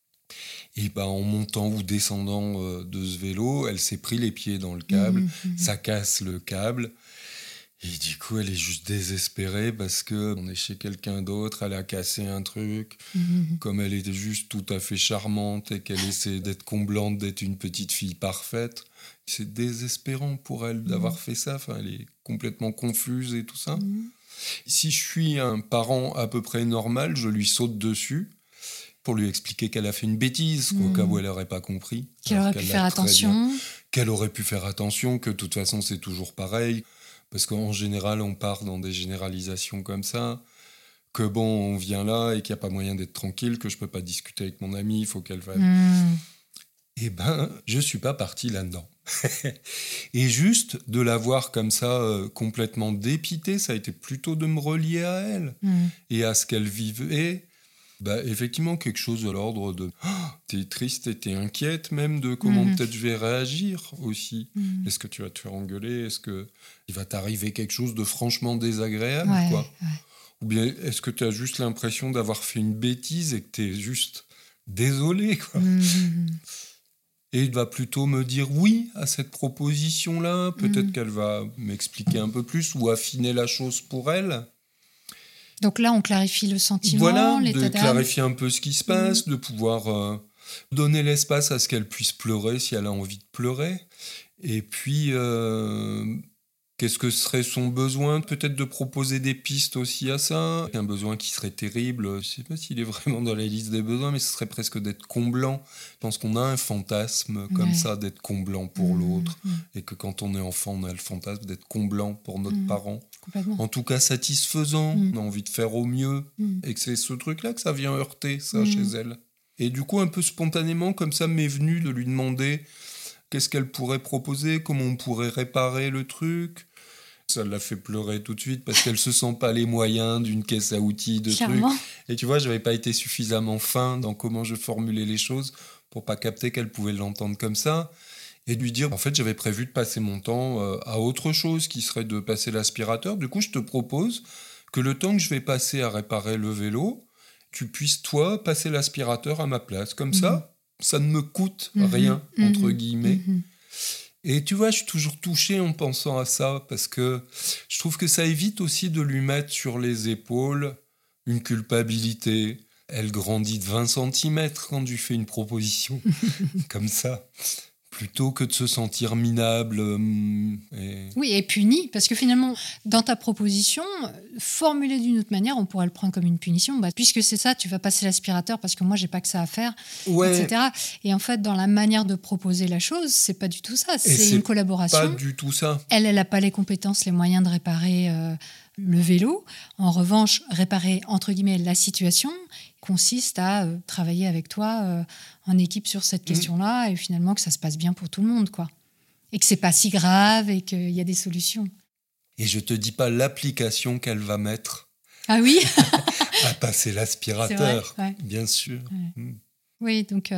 Et en montant ou descendant de ce vélo, elle s'est pris les pieds dans le câble, ça casse le câble. Et du coup, elle est juste désespérée parce qu'on est chez quelqu'un d'autre, elle a cassé un truc. Comme elle était juste tout à fait charmante et qu'elle essaie d'être comblante, d'être une petite fille parfaite, c'est désespérant pour elle d'avoir fait ça. Enfin, elle est complètement confuse et tout ça. Si je suis un parent à peu près normal, je lui saute dessus pour lui expliquer qu'elle a fait une bêtise, au cas où elle n'aurait pas compris. Qu'elle aurait pu faire attention. Qu'elle aurait pu faire attention, que de toute façon c'est toujours pareil, parce qu'en général on part dans des généralisations comme ça, que on vient là et qu'il n'y a pas moyen d'être tranquille, que je ne peux pas discuter avec mon amie, il faut qu'elle fasse... Eh je ne suis pas parti là-dedans. Et juste de la voir comme ça, complètement dépitée, ça a été plutôt de me relier à elle et à ce qu'elle vivait. Effectivement, quelque chose de l'ordre de t'es triste et t'es inquiète même de comment peut-être je vais réagir aussi. Est-ce que tu vas te faire engueuler? Est-ce qu'il va t'arriver quelque chose de franchement désagréable, quoi? Ou bien est-ce que tu as juste l'impression d'avoir fait une bêtise et que t'es juste désolé, quoi? Et il va plutôt me dire oui à cette proposition-là. Peut-être qu'elle va m'expliquer un peu plus ou affiner la chose pour elle. Donc là, on clarifie le sentiment, voilà, l'état de d'âme. clarifier un peu ce qui se passe, de pouvoir donner l'espace à ce qu'elle puisse pleurer si elle a envie de pleurer. Et puis, Qu'est-ce que serait son besoin? Peut-être de proposer des pistes aussi à ça. Un besoin qui serait terrible, je sais pas s'il est vraiment dans la liste des besoins, mais ce serait presque d'être comblant. Je pense qu'on a un fantasme comme ça, d'être comblant pour l'autre. Et que quand on est enfant, on a le fantasme d'être comblant pour notre parent. Complètement. En tout cas, satisfaisant. On a envie de faire au mieux. Et que c'est ce truc-là que ça vient heurter, ça, chez elle. Et du coup, un peu spontanément, comme ça, m'est venu de lui demander qu'est-ce qu'elle pourrait proposer, comment on pourrait réparer le truc. Ça l'a fait pleurer tout de suite parce qu'elle se sent pas les moyens d'une caisse à outils, de Clairement. trucs. Et tu vois, j'avais pas été suffisamment fin dans comment je formulais les choses pour pas capter qu'elle pouvait l'entendre comme ça. Et lui dire, en fait, j'avais prévu de passer mon temps à autre chose qui serait de passer l'aspirateur. Du coup, je te propose que le temps que je vais passer à réparer le vélo, tu puisses, toi, passer l'aspirateur à ma place. Comme ça ne me coûte rien, entre guillemets. Et tu vois, je suis toujours touché en pensant à ça, parce que je trouve que ça évite aussi de lui mettre sur les épaules une culpabilité. Elle grandit de 20 cm quand je lui fais une proposition comme ça, plutôt que de se sentir minable. Oui, et puni, parce que finalement, dans ta proposition, formulée d'une autre manière, on pourrait le prendre comme une punition. Puisque c'est ça, tu vas passer l'aspirateur parce que moi, j'ai pas que ça à faire, etc. Et en fait, dans la manière de proposer la chose, c'est pas du tout ça. C'est une collaboration. Pas du tout ça. Elle a pas les compétences, les moyens de réparer le vélo. En revanche, réparer, entre guillemets, la situation consiste à travailler avec toi en équipe sur cette question-là et finalement que ça se passe bien pour tout le monde, quoi. Et que c'est pas si grave et qu'il y a des solutions. Et je te dis pas l'application qu'elle va mettre ah oui à passer l'aspirateur, vrai, ouais. Bien sûr. Ouais. Oui, donc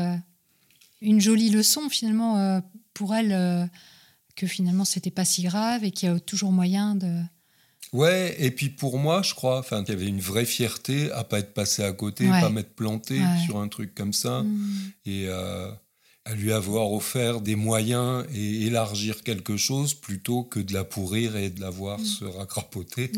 une jolie leçon finalement pour elle que finalement c'était pas si grave et qu'il y a toujours moyen de... Ouais, et puis pour moi, je crois qu'il y avait une vraie fierté à pas être passé à côté, pas m'être planté sur un truc comme ça, et à lui avoir offert des moyens et élargir quelque chose plutôt que de la pourrir et de la voir se racrapoter.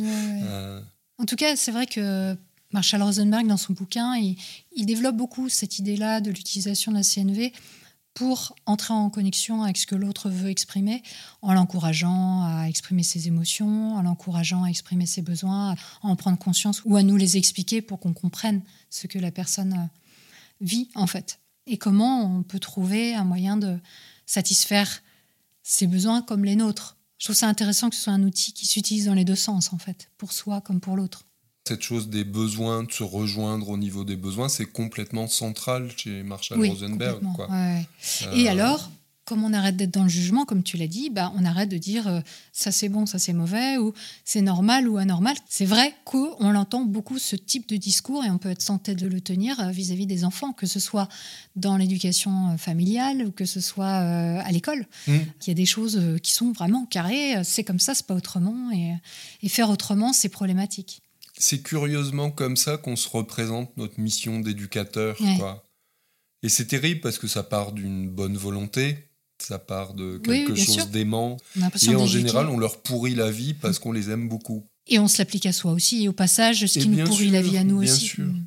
En tout cas, c'est vrai que Marshall Rosenberg, dans son bouquin, il développe beaucoup cette idée-là de l'utilisation de la CNV pour entrer en connexion avec ce que l'autre veut exprimer, en l'encourageant à exprimer ses émotions, en l'encourageant à exprimer ses besoins, à en prendre conscience ou à nous les expliquer pour qu'on comprenne ce que la personne vit, en fait. Et comment on peut trouver un moyen de satisfaire ses besoins comme les nôtres. Je trouve ça intéressant que ce soit un outil qui s'utilise dans les deux sens, en fait, pour soi comme pour l'autre. Cette chose des besoins, de se rejoindre au niveau des besoins, c'est complètement central chez Marshall Rosenberg. Quoi. Ouais. Et alors, comme on arrête d'être dans le jugement, comme tu l'as dit, on arrête de dire ça c'est bon, ça c'est mauvais, ou c'est normal ou anormal. C'est vrai qu'on l'entend beaucoup, ce type de discours, et on peut être tenté de le tenir vis-à-vis des enfants, que ce soit dans l'éducation familiale ou que ce soit à l'école. Il y a des choses qui sont vraiment carrées, c'est comme ça, c'est pas autrement, et faire autrement, c'est problématique. C'est curieusement comme ça qu'on se représente notre mission d'éducateur. Quoi. Et c'est terrible parce que ça part d'une bonne volonté, ça part de quelque chose d'aimant. Et en général, on leur pourrit la vie parce qu'on les aime beaucoup. Et on se l'applique à soi aussi. Et au passage, ce qui nous pourrit la vie à nous aussi. Bien sûr.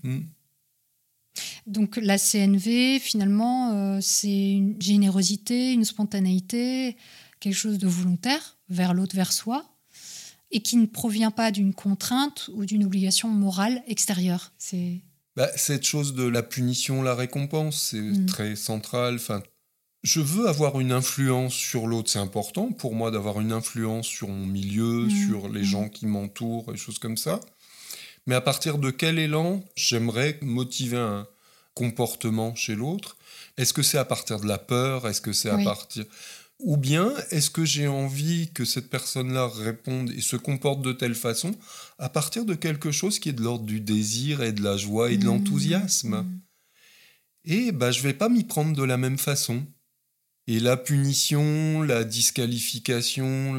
Donc la CNV, finalement, c'est une générosité, une spontanéité, quelque chose de volontaire vers l'autre, vers soi, et qui ne provient pas d'une contrainte ou d'une obligation morale extérieure. Cette chose de la punition, la récompense, c'est très central. Je veux avoir une influence sur l'autre, c'est important pour moi d'avoir une influence sur mon milieu, sur les gens qui m'entourent, des choses comme ça. Mais à partir de quel élan j'aimerais motiver un comportement chez l'autre? Est-ce que c'est à partir de la peur? Est-ce que c'est à partir... Ou bien, est-ce que j'ai envie que cette personne-là réponde et se comporte de telle façon à partir de quelque chose qui est de l'ordre du désir et de la joie et de l'enthousiasme? Et je vais pas m'y prendre de la même façon. Et la punition, la disqualification,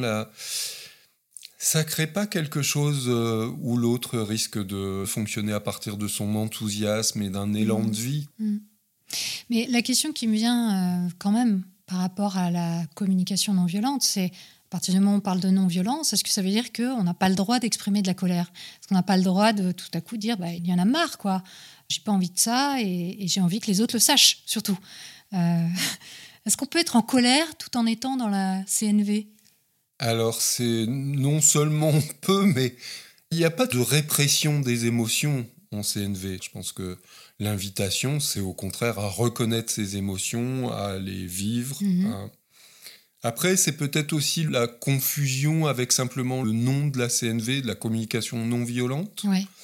ça crée pas quelque chose où l'autre risque de fonctionner à partir de son enthousiasme et d'un élan de vie. Mais la question qui me vient quand même par rapport à la communication non violente, c'est à partir du moment où on parle de non-violence, est-ce que ça veut dire qu'on n'a pas le droit d'exprimer de la colère? Est-ce qu'on n'a pas le droit de tout à coup dire il y en a marre, quoi. J'ai pas envie de ça et j'ai envie que les autres le sachent, surtout. Est-ce qu'on peut être en colère tout en étant dans la CNV? Alors, c'est non seulement on peut, mais il n'y a pas de répression des émotions en CNV. Je pense que l'invitation, c'est au contraire à reconnaître ses émotions, à les vivre. Après, c'est peut-être aussi la confusion avec simplement le nom de la CNV, de la communication non violente,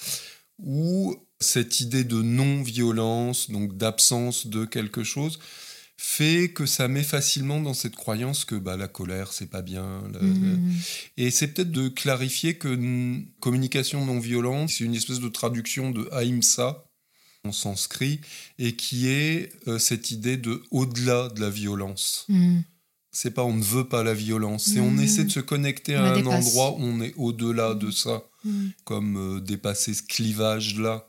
où cette idée de non-violence, donc d'absence de quelque chose, fait que ça met facilement dans cette croyance que la colère, c'est pas bien. Et c'est peut-être de clarifier que communication non violente, c'est une espèce de traduction de ahimsa en sanskrit, et qui est cette idée de au-delà de la violence. C'est pas on ne veut pas la violence, c'est on essaie de se connecter à un endroit où on est au-delà de ça, comme dépasser ce clivage-là.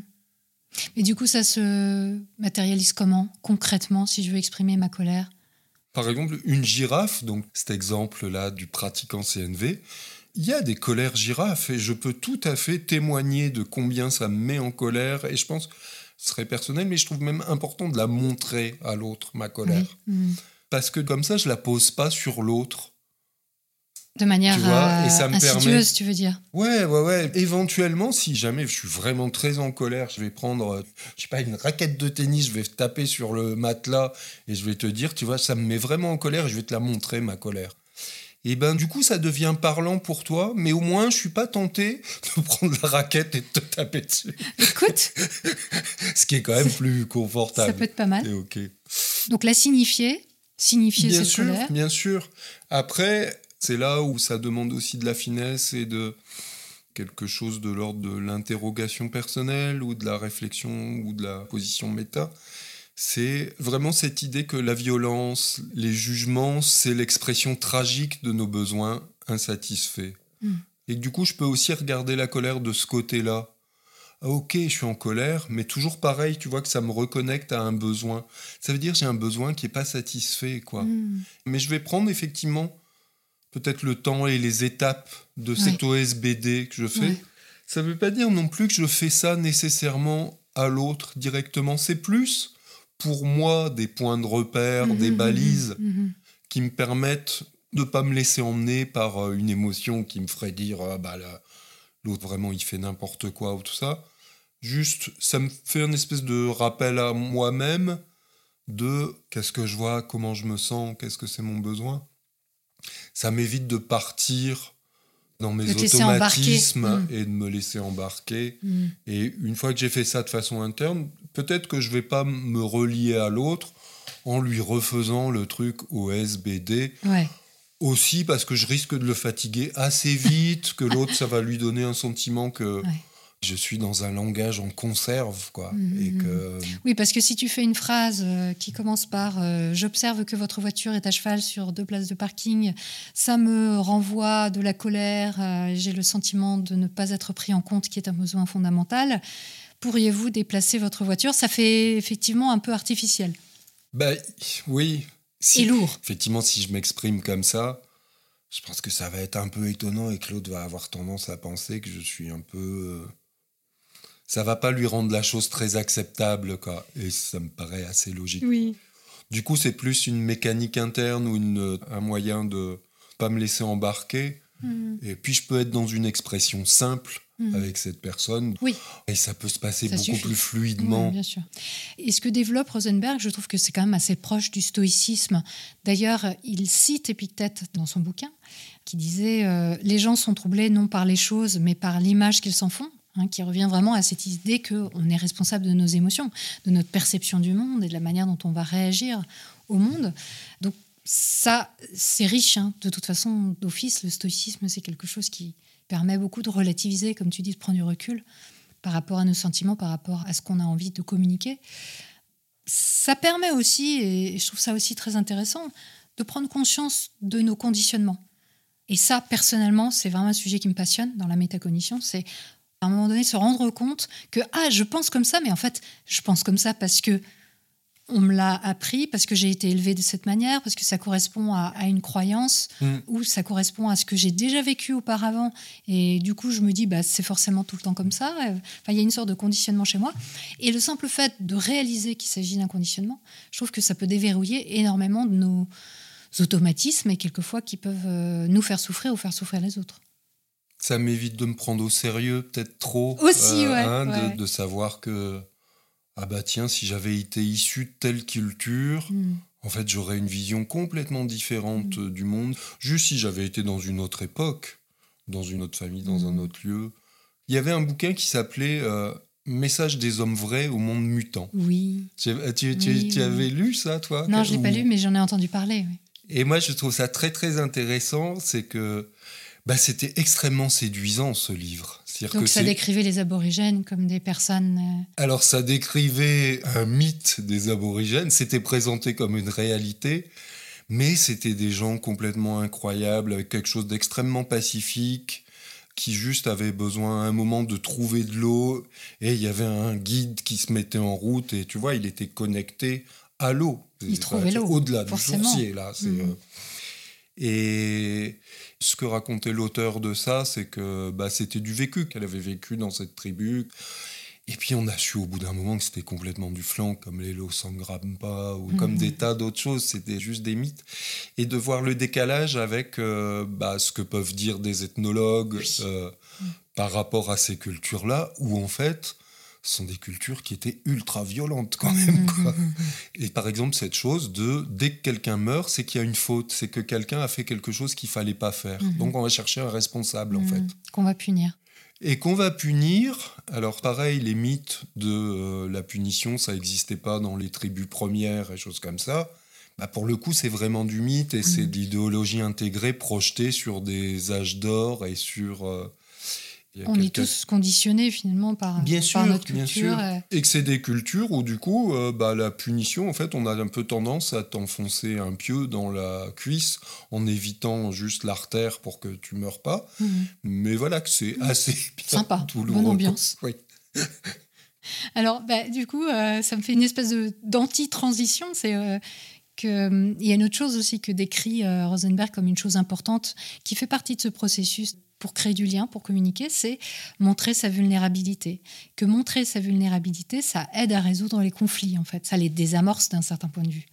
Mais du coup, ça se matérialise comment, concrètement, si je veux exprimer ma colère ? Par exemple, une girafe, donc cet exemple-là du pratiquant CNV, il y a des colères girafes et je peux tout à fait témoigner de combien ça me met en colère, et je pense que ce serait personnel, mais je trouve même important de la montrer à l'autre, ma colère. Parce que comme ça, je la pose pas sur l'autre. De manière et ça me insidieuse, tu veux dire ? Ouais. Éventuellement, si jamais je suis vraiment très en colère, je vais prendre, une raquette de tennis, je vais taper sur le matelas et je vais te dire, tu vois, ça me met vraiment en colère et je vais te la montrer, ma colère. Et du coup, ça devient parlant pour toi, mais au moins, je suis pas tenté de prendre la raquette et de te taper dessus. Écoute, ce qui est quand même plus confortable. Ça peut être pas mal. Et ok. Donc la signifier bien cette sûr, colère. Bien sûr. Après, c'est là où ça demande aussi de la finesse et de quelque chose de l'ordre de l'interrogation personnelle ou de la réflexion ou de la position méta. C'est vraiment cette idée que la violence, les jugements, c'est l'expression tragique de nos besoins insatisfaits. Et que du coup, je peux aussi regarder la colère de ce côté-là. Ah, ok, je suis en colère, mais toujours pareil, tu vois que ça me reconnecte à un besoin. Ça veut dire que j'ai un besoin qui n'est pas satisfait, quoi. Mais je vais prendre effectivement peut-être le temps et les étapes de cette OSBD que je fais. Ça ne veut pas dire non plus que je fais ça nécessairement à l'autre directement. C'est plus, pour moi, des points de repère, des balises qui me permettent de ne pas me laisser emmener par une émotion qui me ferait dire l'autre, vraiment, il fait n'importe quoi ou tout ça. Juste, ça me fait un espèce de rappel à moi-même de qu'est-ce que je vois, comment je me sens, qu'est-ce que c'est mon besoin. Ça m'évite de partir dans mes automatismes et de me laisser embarquer. Et une fois que j'ai fait ça de façon interne, peut-être que je ne vais pas me relier à l'autre en lui refaisant le truc OSBD. Aussi parce que je risque de le fatiguer assez vite, que l'autre, ça va lui donner un sentiment que je suis dans un langage en conserve, quoi. Et que... Oui, parce que si tu fais une phrase qui commence par « J'observe que votre voiture est à cheval sur 2 places de parking », ça me renvoie de la colère, j'ai le sentiment de ne pas être pris en compte, qui est un besoin fondamental. Pourriez-vous déplacer votre voiture ? Ça fait effectivement un peu artificiel. Oui. Et lourd. Effectivement, si je m'exprime comme ça, je pense que ça va être un peu étonnant et que l'autre va avoir tendance à penser que je suis un peu... Ça va pas lui rendre la chose très acceptable, quoi. Et ça me paraît assez logique. Oui. Du coup, c'est plus une mécanique interne ou un moyen de pas me laisser embarquer. Et puis, je peux être dans une expression simple avec cette personne. Oui. Et ça peut se passer beaucoup suffit. plus fluidement. Oui, bien sûr. Et ce que développe Rosenberg, je trouve que c'est quand même assez proche du stoïcisme. D'ailleurs, il cite Épictète dans son bouquin, qui disait les gens sont troublés non par les choses, mais par l'image qu'ils s'en font. Qui revient vraiment à cette idée qu'on est responsable de nos émotions, de notre perception du monde et de la manière dont on va réagir au monde. Donc ça, c'est riche. De toute façon, d'office, le stoïcisme, c'est quelque chose qui permet beaucoup de relativiser, comme tu dis, de prendre du recul par rapport à nos sentiments, par rapport à ce qu'on a envie de communiquer. Ça permet aussi, et je trouve ça aussi très intéressant, de prendre conscience de nos conditionnements. Et ça, personnellement, c'est vraiment un sujet qui me passionne dans la métacognition, c'est à un moment donné, se rendre compte que je pense comme ça, mais en fait, je pense comme ça parce que on me l'a appris, parce que j'ai été élevée de cette manière, parce que ça correspond à une croyance ou ça correspond à ce que j'ai déjà vécu auparavant. Et du coup, je me dis, c'est forcément tout le temps comme ça. Enfin, il y a une sorte de conditionnement chez moi. Et le simple fait de réaliser qu'il s'agit d'un conditionnement, je trouve que ça peut déverrouiller énormément de automatismes et quelquefois qui peuvent nous faire souffrir ou faire souffrir les autres. Ça m'évite de me prendre au sérieux, peut-être trop. Aussi, de savoir que, ah bah tiens, si j'avais été issu de telle culture, en fait, j'aurais une vision complètement différente du monde. Juste si j'avais été dans une autre époque, dans une autre famille, dans un autre lieu. Il y avait un bouquin qui s'appelait Message des hommes vrais au monde mutant. Oui. Tu avais lu ça, toi? Non, je ne l'ai pas lu, mais j'en ai entendu parler. Oui. Et moi, je trouve ça très, très intéressant. C'est que c'était extrêmement séduisant, ce livre. Donc ça décrivait les aborigènes comme des personnes... Alors, ça décrivait un mythe des aborigènes. C'était présenté comme une réalité. Mais c'était des gens complètement incroyables, avec quelque chose d'extrêmement pacifique, qui juste avaient besoin à un moment de trouver de l'eau. Et il y avait un guide qui se mettait en route. Et tu vois, il était connecté à l'eau. Il trouvait l'eau, au-delà forcément. Du sourcier, là. Et ce que racontait l'auteur de ça, c'est que c'était du vécu, qu'elle avait vécu dans cette tribu. Et puis on a su au bout d'un moment que c'était complètement du flanc, comme les Losangramba ou comme des tas d'autres choses, c'était juste des mythes. Et de voir le décalage avec ce que peuvent dire des ethnologues par rapport à ces cultures-là, où en fait, ce sont des cultures qui étaient ultra violentes quand même. Quoi. Et par exemple, cette chose de dès que quelqu'un meurt, c'est qu'il y a une faute, c'est que quelqu'un a fait quelque chose qu'il ne fallait pas faire. Donc on va chercher un responsable en fait. Qu'on va punir. Et qu'on va punir, alors pareil, les mythes de la punition, ça n'existait pas dans les tribus premières et choses comme ça. Pour le coup, c'est vraiment du mythe et c'est de l'idéologie intégrée projetée sur des âges d'or et sur... On est tous conditionnés finalement par notre culture. Bien sûr. Et que c'est des cultures où du coup, la punition, en fait, on a un peu tendance à t'enfoncer un pieu dans la cuisse en évitant juste l'artère pour que tu meurs pas. Mais voilà, que c'est assez bien. Sympa, bonne ambiance. Oui. Alors, du coup, ça me fait une espèce d'anti-transition. C'est qu'il y a une autre chose aussi que décrit Rosenberg comme une chose importante qui fait partie de ce processus pour créer du lien, pour communiquer, c'est montrer sa vulnérabilité. Que montrer sa vulnérabilité, ça aide à résoudre les conflits, en fait. Ça les désamorce d'un certain point de vue.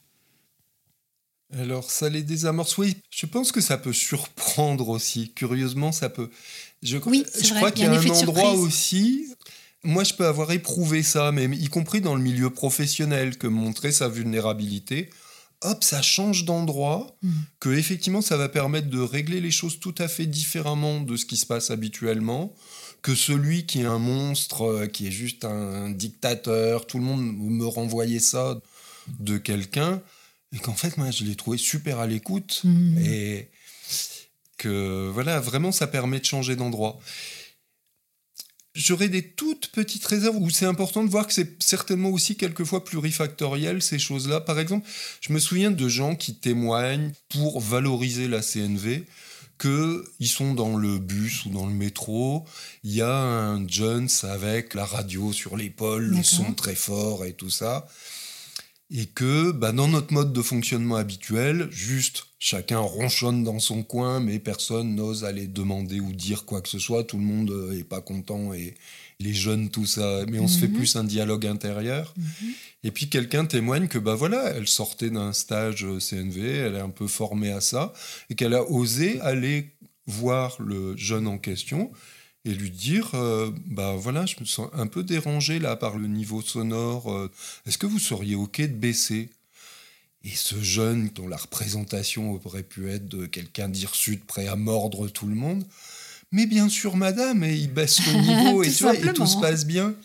Alors, ça les désamorce, oui. Je pense que ça peut surprendre aussi. Curieusement, ça peut... Je crois qu'il y a un endroit aussi... Moi, je peux avoir éprouvé ça, mais y compris dans le milieu professionnel, que montrer sa vulnérabilité... hop, ça change d'endroit, que effectivement ça va permettre de régler les choses tout à fait différemment de ce qui se passe habituellement, que celui qui est un monstre, qui est juste un dictateur, tout le monde me renvoyait ça de quelqu'un, et qu'en fait, moi, je l'ai trouvé super à l'écoute, et que, voilà, vraiment, ça permet de changer d'endroit. J'aurais des toutes petites réserves où c'est important de voir que c'est certainement aussi quelquefois plurifactoriel, ces choses-là. Par exemple, je me souviens de gens qui témoignent pour valoriser la CNV, qu'ils sont dans le bus ou dans le métro, il y a un Jones avec la radio sur l'épaule, le son très fort et tout ça. Et que dans notre mode de fonctionnement habituel, juste chacun ronchonne dans son coin, mais personne n'ose aller demander ou dire quoi que ce soit. Tout le monde n'est pas content et les jeunes, tout ça. Mais on se fait plus un dialogue intérieur. Et puis quelqu'un témoigne que elle sortait d'un stage CNV, elle est un peu formée à ça, et qu'elle a osé aller voir le jeune en question et lui dire je me sens un peu dérangé là par le niveau sonore, est-ce que vous seriez OK de baisser? Et ce jeune, dont la représentation aurait pu être de quelqu'un d'hirsute prêt à mordre tout le monde, mais bien sûr madame, et il baisse le niveau et tout se passe bien.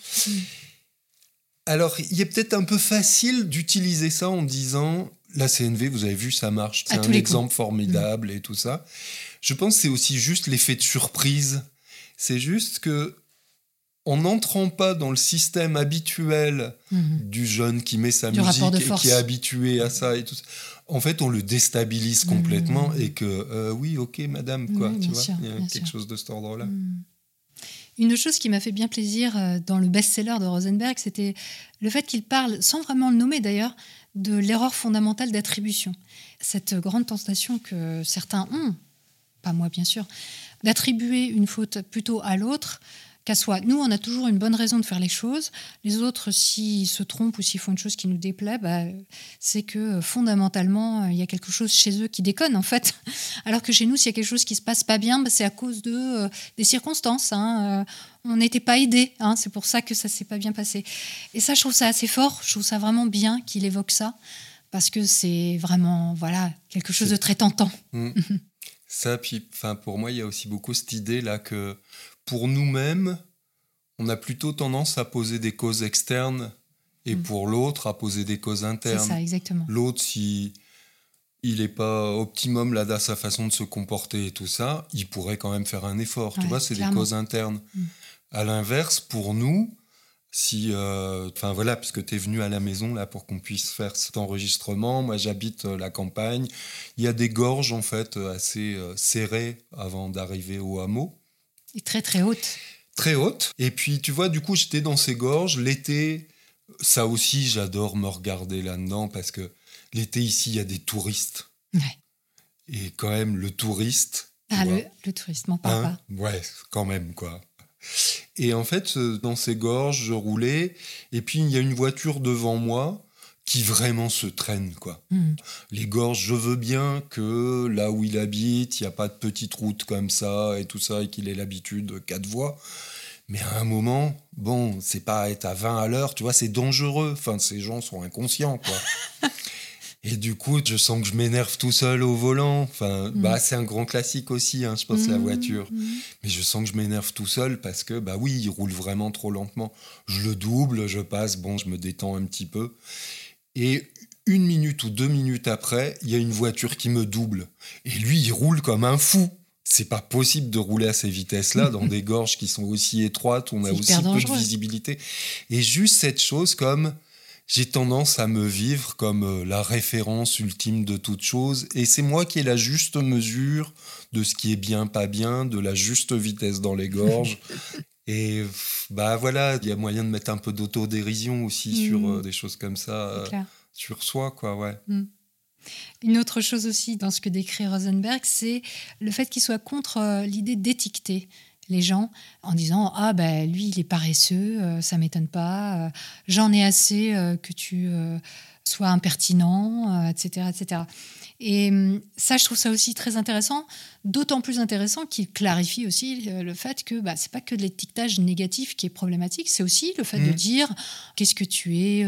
Alors il est peut-être un peu facile d'utiliser ça en disant la CNV, vous avez vu, ça marche, c'est un exemple formidable et tout ça. Je pense que c'est aussi juste l'effet de surprise. C'est juste que en n'entrant pas dans le système habituel du jeune qui met sa musique et qui est habitué à ça et tout ça, en fait, on le déstabilise complètement et que oui, ok, madame, quoi, tu vois, il y a quelque chose de cet ordre-là. Une chose qui m'a fait bien plaisir dans le best-seller de Rosenberg, c'était le fait qu'il parle, sans vraiment le nommer d'ailleurs, de l'erreur fondamentale d'attribution. Cette grande tentation que certains ont, pas moi bien sûr, d'attribuer une faute plutôt à l'autre qu'à soi. Nous, on a toujours une bonne raison de faire les choses. Les autres, s'ils se trompent ou s'ils font une chose qui nous déplaît, c'est que fondamentalement, il y a quelque chose chez eux qui déconne, en fait. Alors que chez nous, s'il y a quelque chose qui se passe pas bien, c'est à cause des circonstances. On n'était pas aidés. C'est pour ça que ça s'est pas bien passé. Et ça, je trouve ça assez fort. Je trouve ça vraiment bien qu'il évoque ça. Parce que c'est vraiment quelque chose de très tentant. Ça, puis pour moi, il y a aussi beaucoup cette idée-là que pour nous-mêmes, on a plutôt tendance à poser des causes externes et pour l'autre, à poser des causes internes. C'est ça, exactement. L'autre, si il n'est pas optimum là dans sa façon de se comporter et tout ça, il pourrait quand même faire un effort. Tu vois, c'est clairement des causes internes. À l'inverse, pour nous, si, puisque tu es venu à la maison là pour qu'on puisse faire cet enregistrement, moi j'habite la campagne, il y a des gorges en fait assez serrées avant d'arriver au hameau. Et très très hautes. Très hautes. Et puis tu vois, du coup j'étais dans ces gorges, l'été, ça aussi j'adore me regarder là-dedans parce que l'été ici il y a des touristes. Ouais. Et quand même le touriste... le touriste, m'en parle pas. Ouais, quand même quoi. Et en fait, dans ces gorges, je roulais, et puis il y a une voiture devant moi qui vraiment se traîne, quoi. Les gorges, je veux bien que là où il habite, il n'y a pas de petite route comme ça, et tout ça, et qu'il ait l'habitude de 4 voies. Mais à un moment, c'est pas être à 20 à l'heure, tu vois, c'est dangereux. Ces gens sont inconscients, quoi. Et du coup, je sens que je m'énerve tout seul au volant. C'est un grand classique aussi, je pense, la voiture. Mais je sens que je m'énerve tout seul parce que, il roule vraiment trop lentement. Je le double, je passe, je me détends un petit peu. Et 1 minute ou 2 minutes après, il y a une voiture qui me double. Et lui, il roule comme un fou. C'est pas possible de rouler à ces vitesses-là dans des gorges qui sont aussi étroites, où on a aussi peu de visibilité. Et juste cette chose comme... J'ai tendance à me vivre comme la référence ultime de toute chose. Et c'est moi qui ai la juste mesure de ce qui est bien, pas bien, de la juste vitesse dans les gorges. Et il y a moyen de mettre un peu d'autodérision aussi sur des choses comme ça, sur soi, quoi, ouais. Une autre chose aussi dans ce que décrit Rosenberg, c'est le fait qu'il soit contre l'idée d'étiqueter les gens en disant lui il est paresseux, ça m'étonne pas, j'en ai assez que tu sois impertinent, etc. Et ça, je trouve ça aussi très intéressant, d'autant plus intéressant qu'il clarifie aussi le fait que c'est pas que de l'étiquetage négatif qui est problématique, c'est aussi le fait de dire qu'est-ce que tu es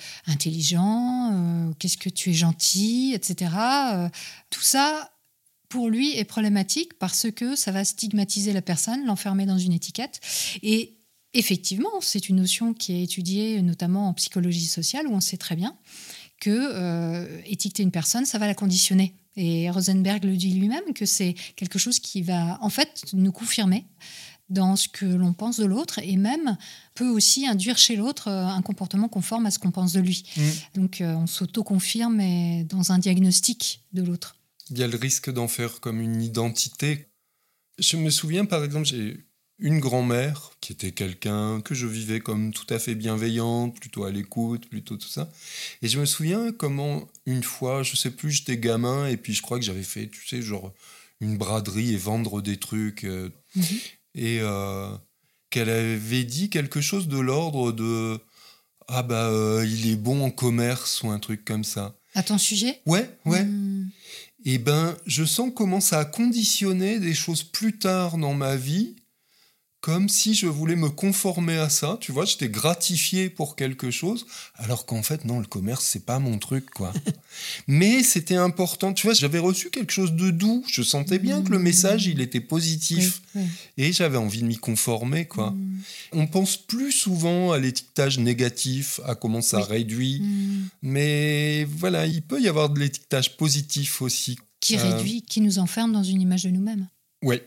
intelligent, qu'est-ce que tu es gentil, etc. Tout ça, pour lui, est problématique parce que ça va stigmatiser la personne, l'enfermer dans une étiquette. Et effectivement, c'est une notion qui est étudiée notamment en psychologie sociale, où on sait très bien que étiqueter une personne, ça va la conditionner. Et Rosenberg le dit lui-même, que c'est quelque chose qui va en fait nous confirmer dans ce que l'on pense de l'autre, et même peut aussi induire chez l'autre un comportement conforme à ce qu'on pense de lui. Donc on s'auto-confirme dans un diagnostic de l'autre. Il y a le risque d'en faire comme une identité. Je me souviens, par exemple, j'ai une grand-mère qui était quelqu'un que je vivais comme tout à fait bienveillante, plutôt à l'écoute, plutôt tout ça. Et je me souviens comment, une fois, je sais plus, j'étais gamin, et puis je crois que j'avais fait, tu sais, genre une braderie et vendre des trucs. Et qu'elle avait dit quelque chose de l'ordre de « Ah il est bon en commerce » ou un truc comme ça. À ton sujet ? Ouais. Et je sens comment ça a conditionné des choses plus tard dans ma vie, comme si je voulais me conformer à ça, tu vois, j'étais gratifié pour quelque chose, alors qu'en fait, non, le commerce, c'est pas mon truc, quoi. Mais c'était important, tu vois, j'avais reçu quelque chose de doux, je sentais bien que le message, il était positif, et j'avais envie de m'y conformer, quoi. On pense plus souvent à l'étiquetage négatif, à comment ça réduit, mais voilà, il peut y avoir de l'étiquetage positif aussi. Qui réduit, qui nous enferme dans une image de nous-mêmes. Oui.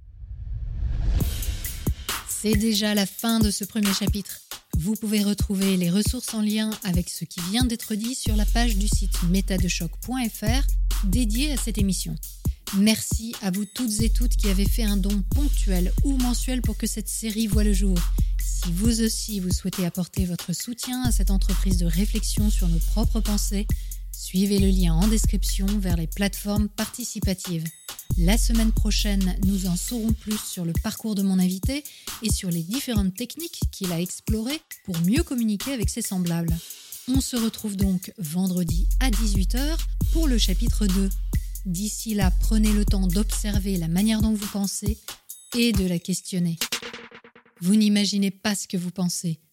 C'est déjà la fin de ce premier chapitre. Vous pouvez retrouver les ressources en lien avec ce qui vient d'être dit sur la page du site metadechoc.fr dédiée à cette émission. Merci à vous toutes et toutes qui avez fait un don ponctuel ou mensuel pour que cette série voie le jour. Si vous aussi vous souhaitez apporter votre soutien à cette entreprise de réflexion sur nos propres pensées, Suivez le lien en description vers les plateformes participatives. La semaine prochaine, nous en saurons plus sur le parcours de mon invité et sur les différentes techniques qu'il a explorées pour mieux communiquer avec ses semblables. On se retrouve donc vendredi à 18h pour le chapitre 2. D'ici là, prenez le temps d'observer la manière dont vous pensez et de la questionner. Vous n'imaginez pas ce que vous pensez.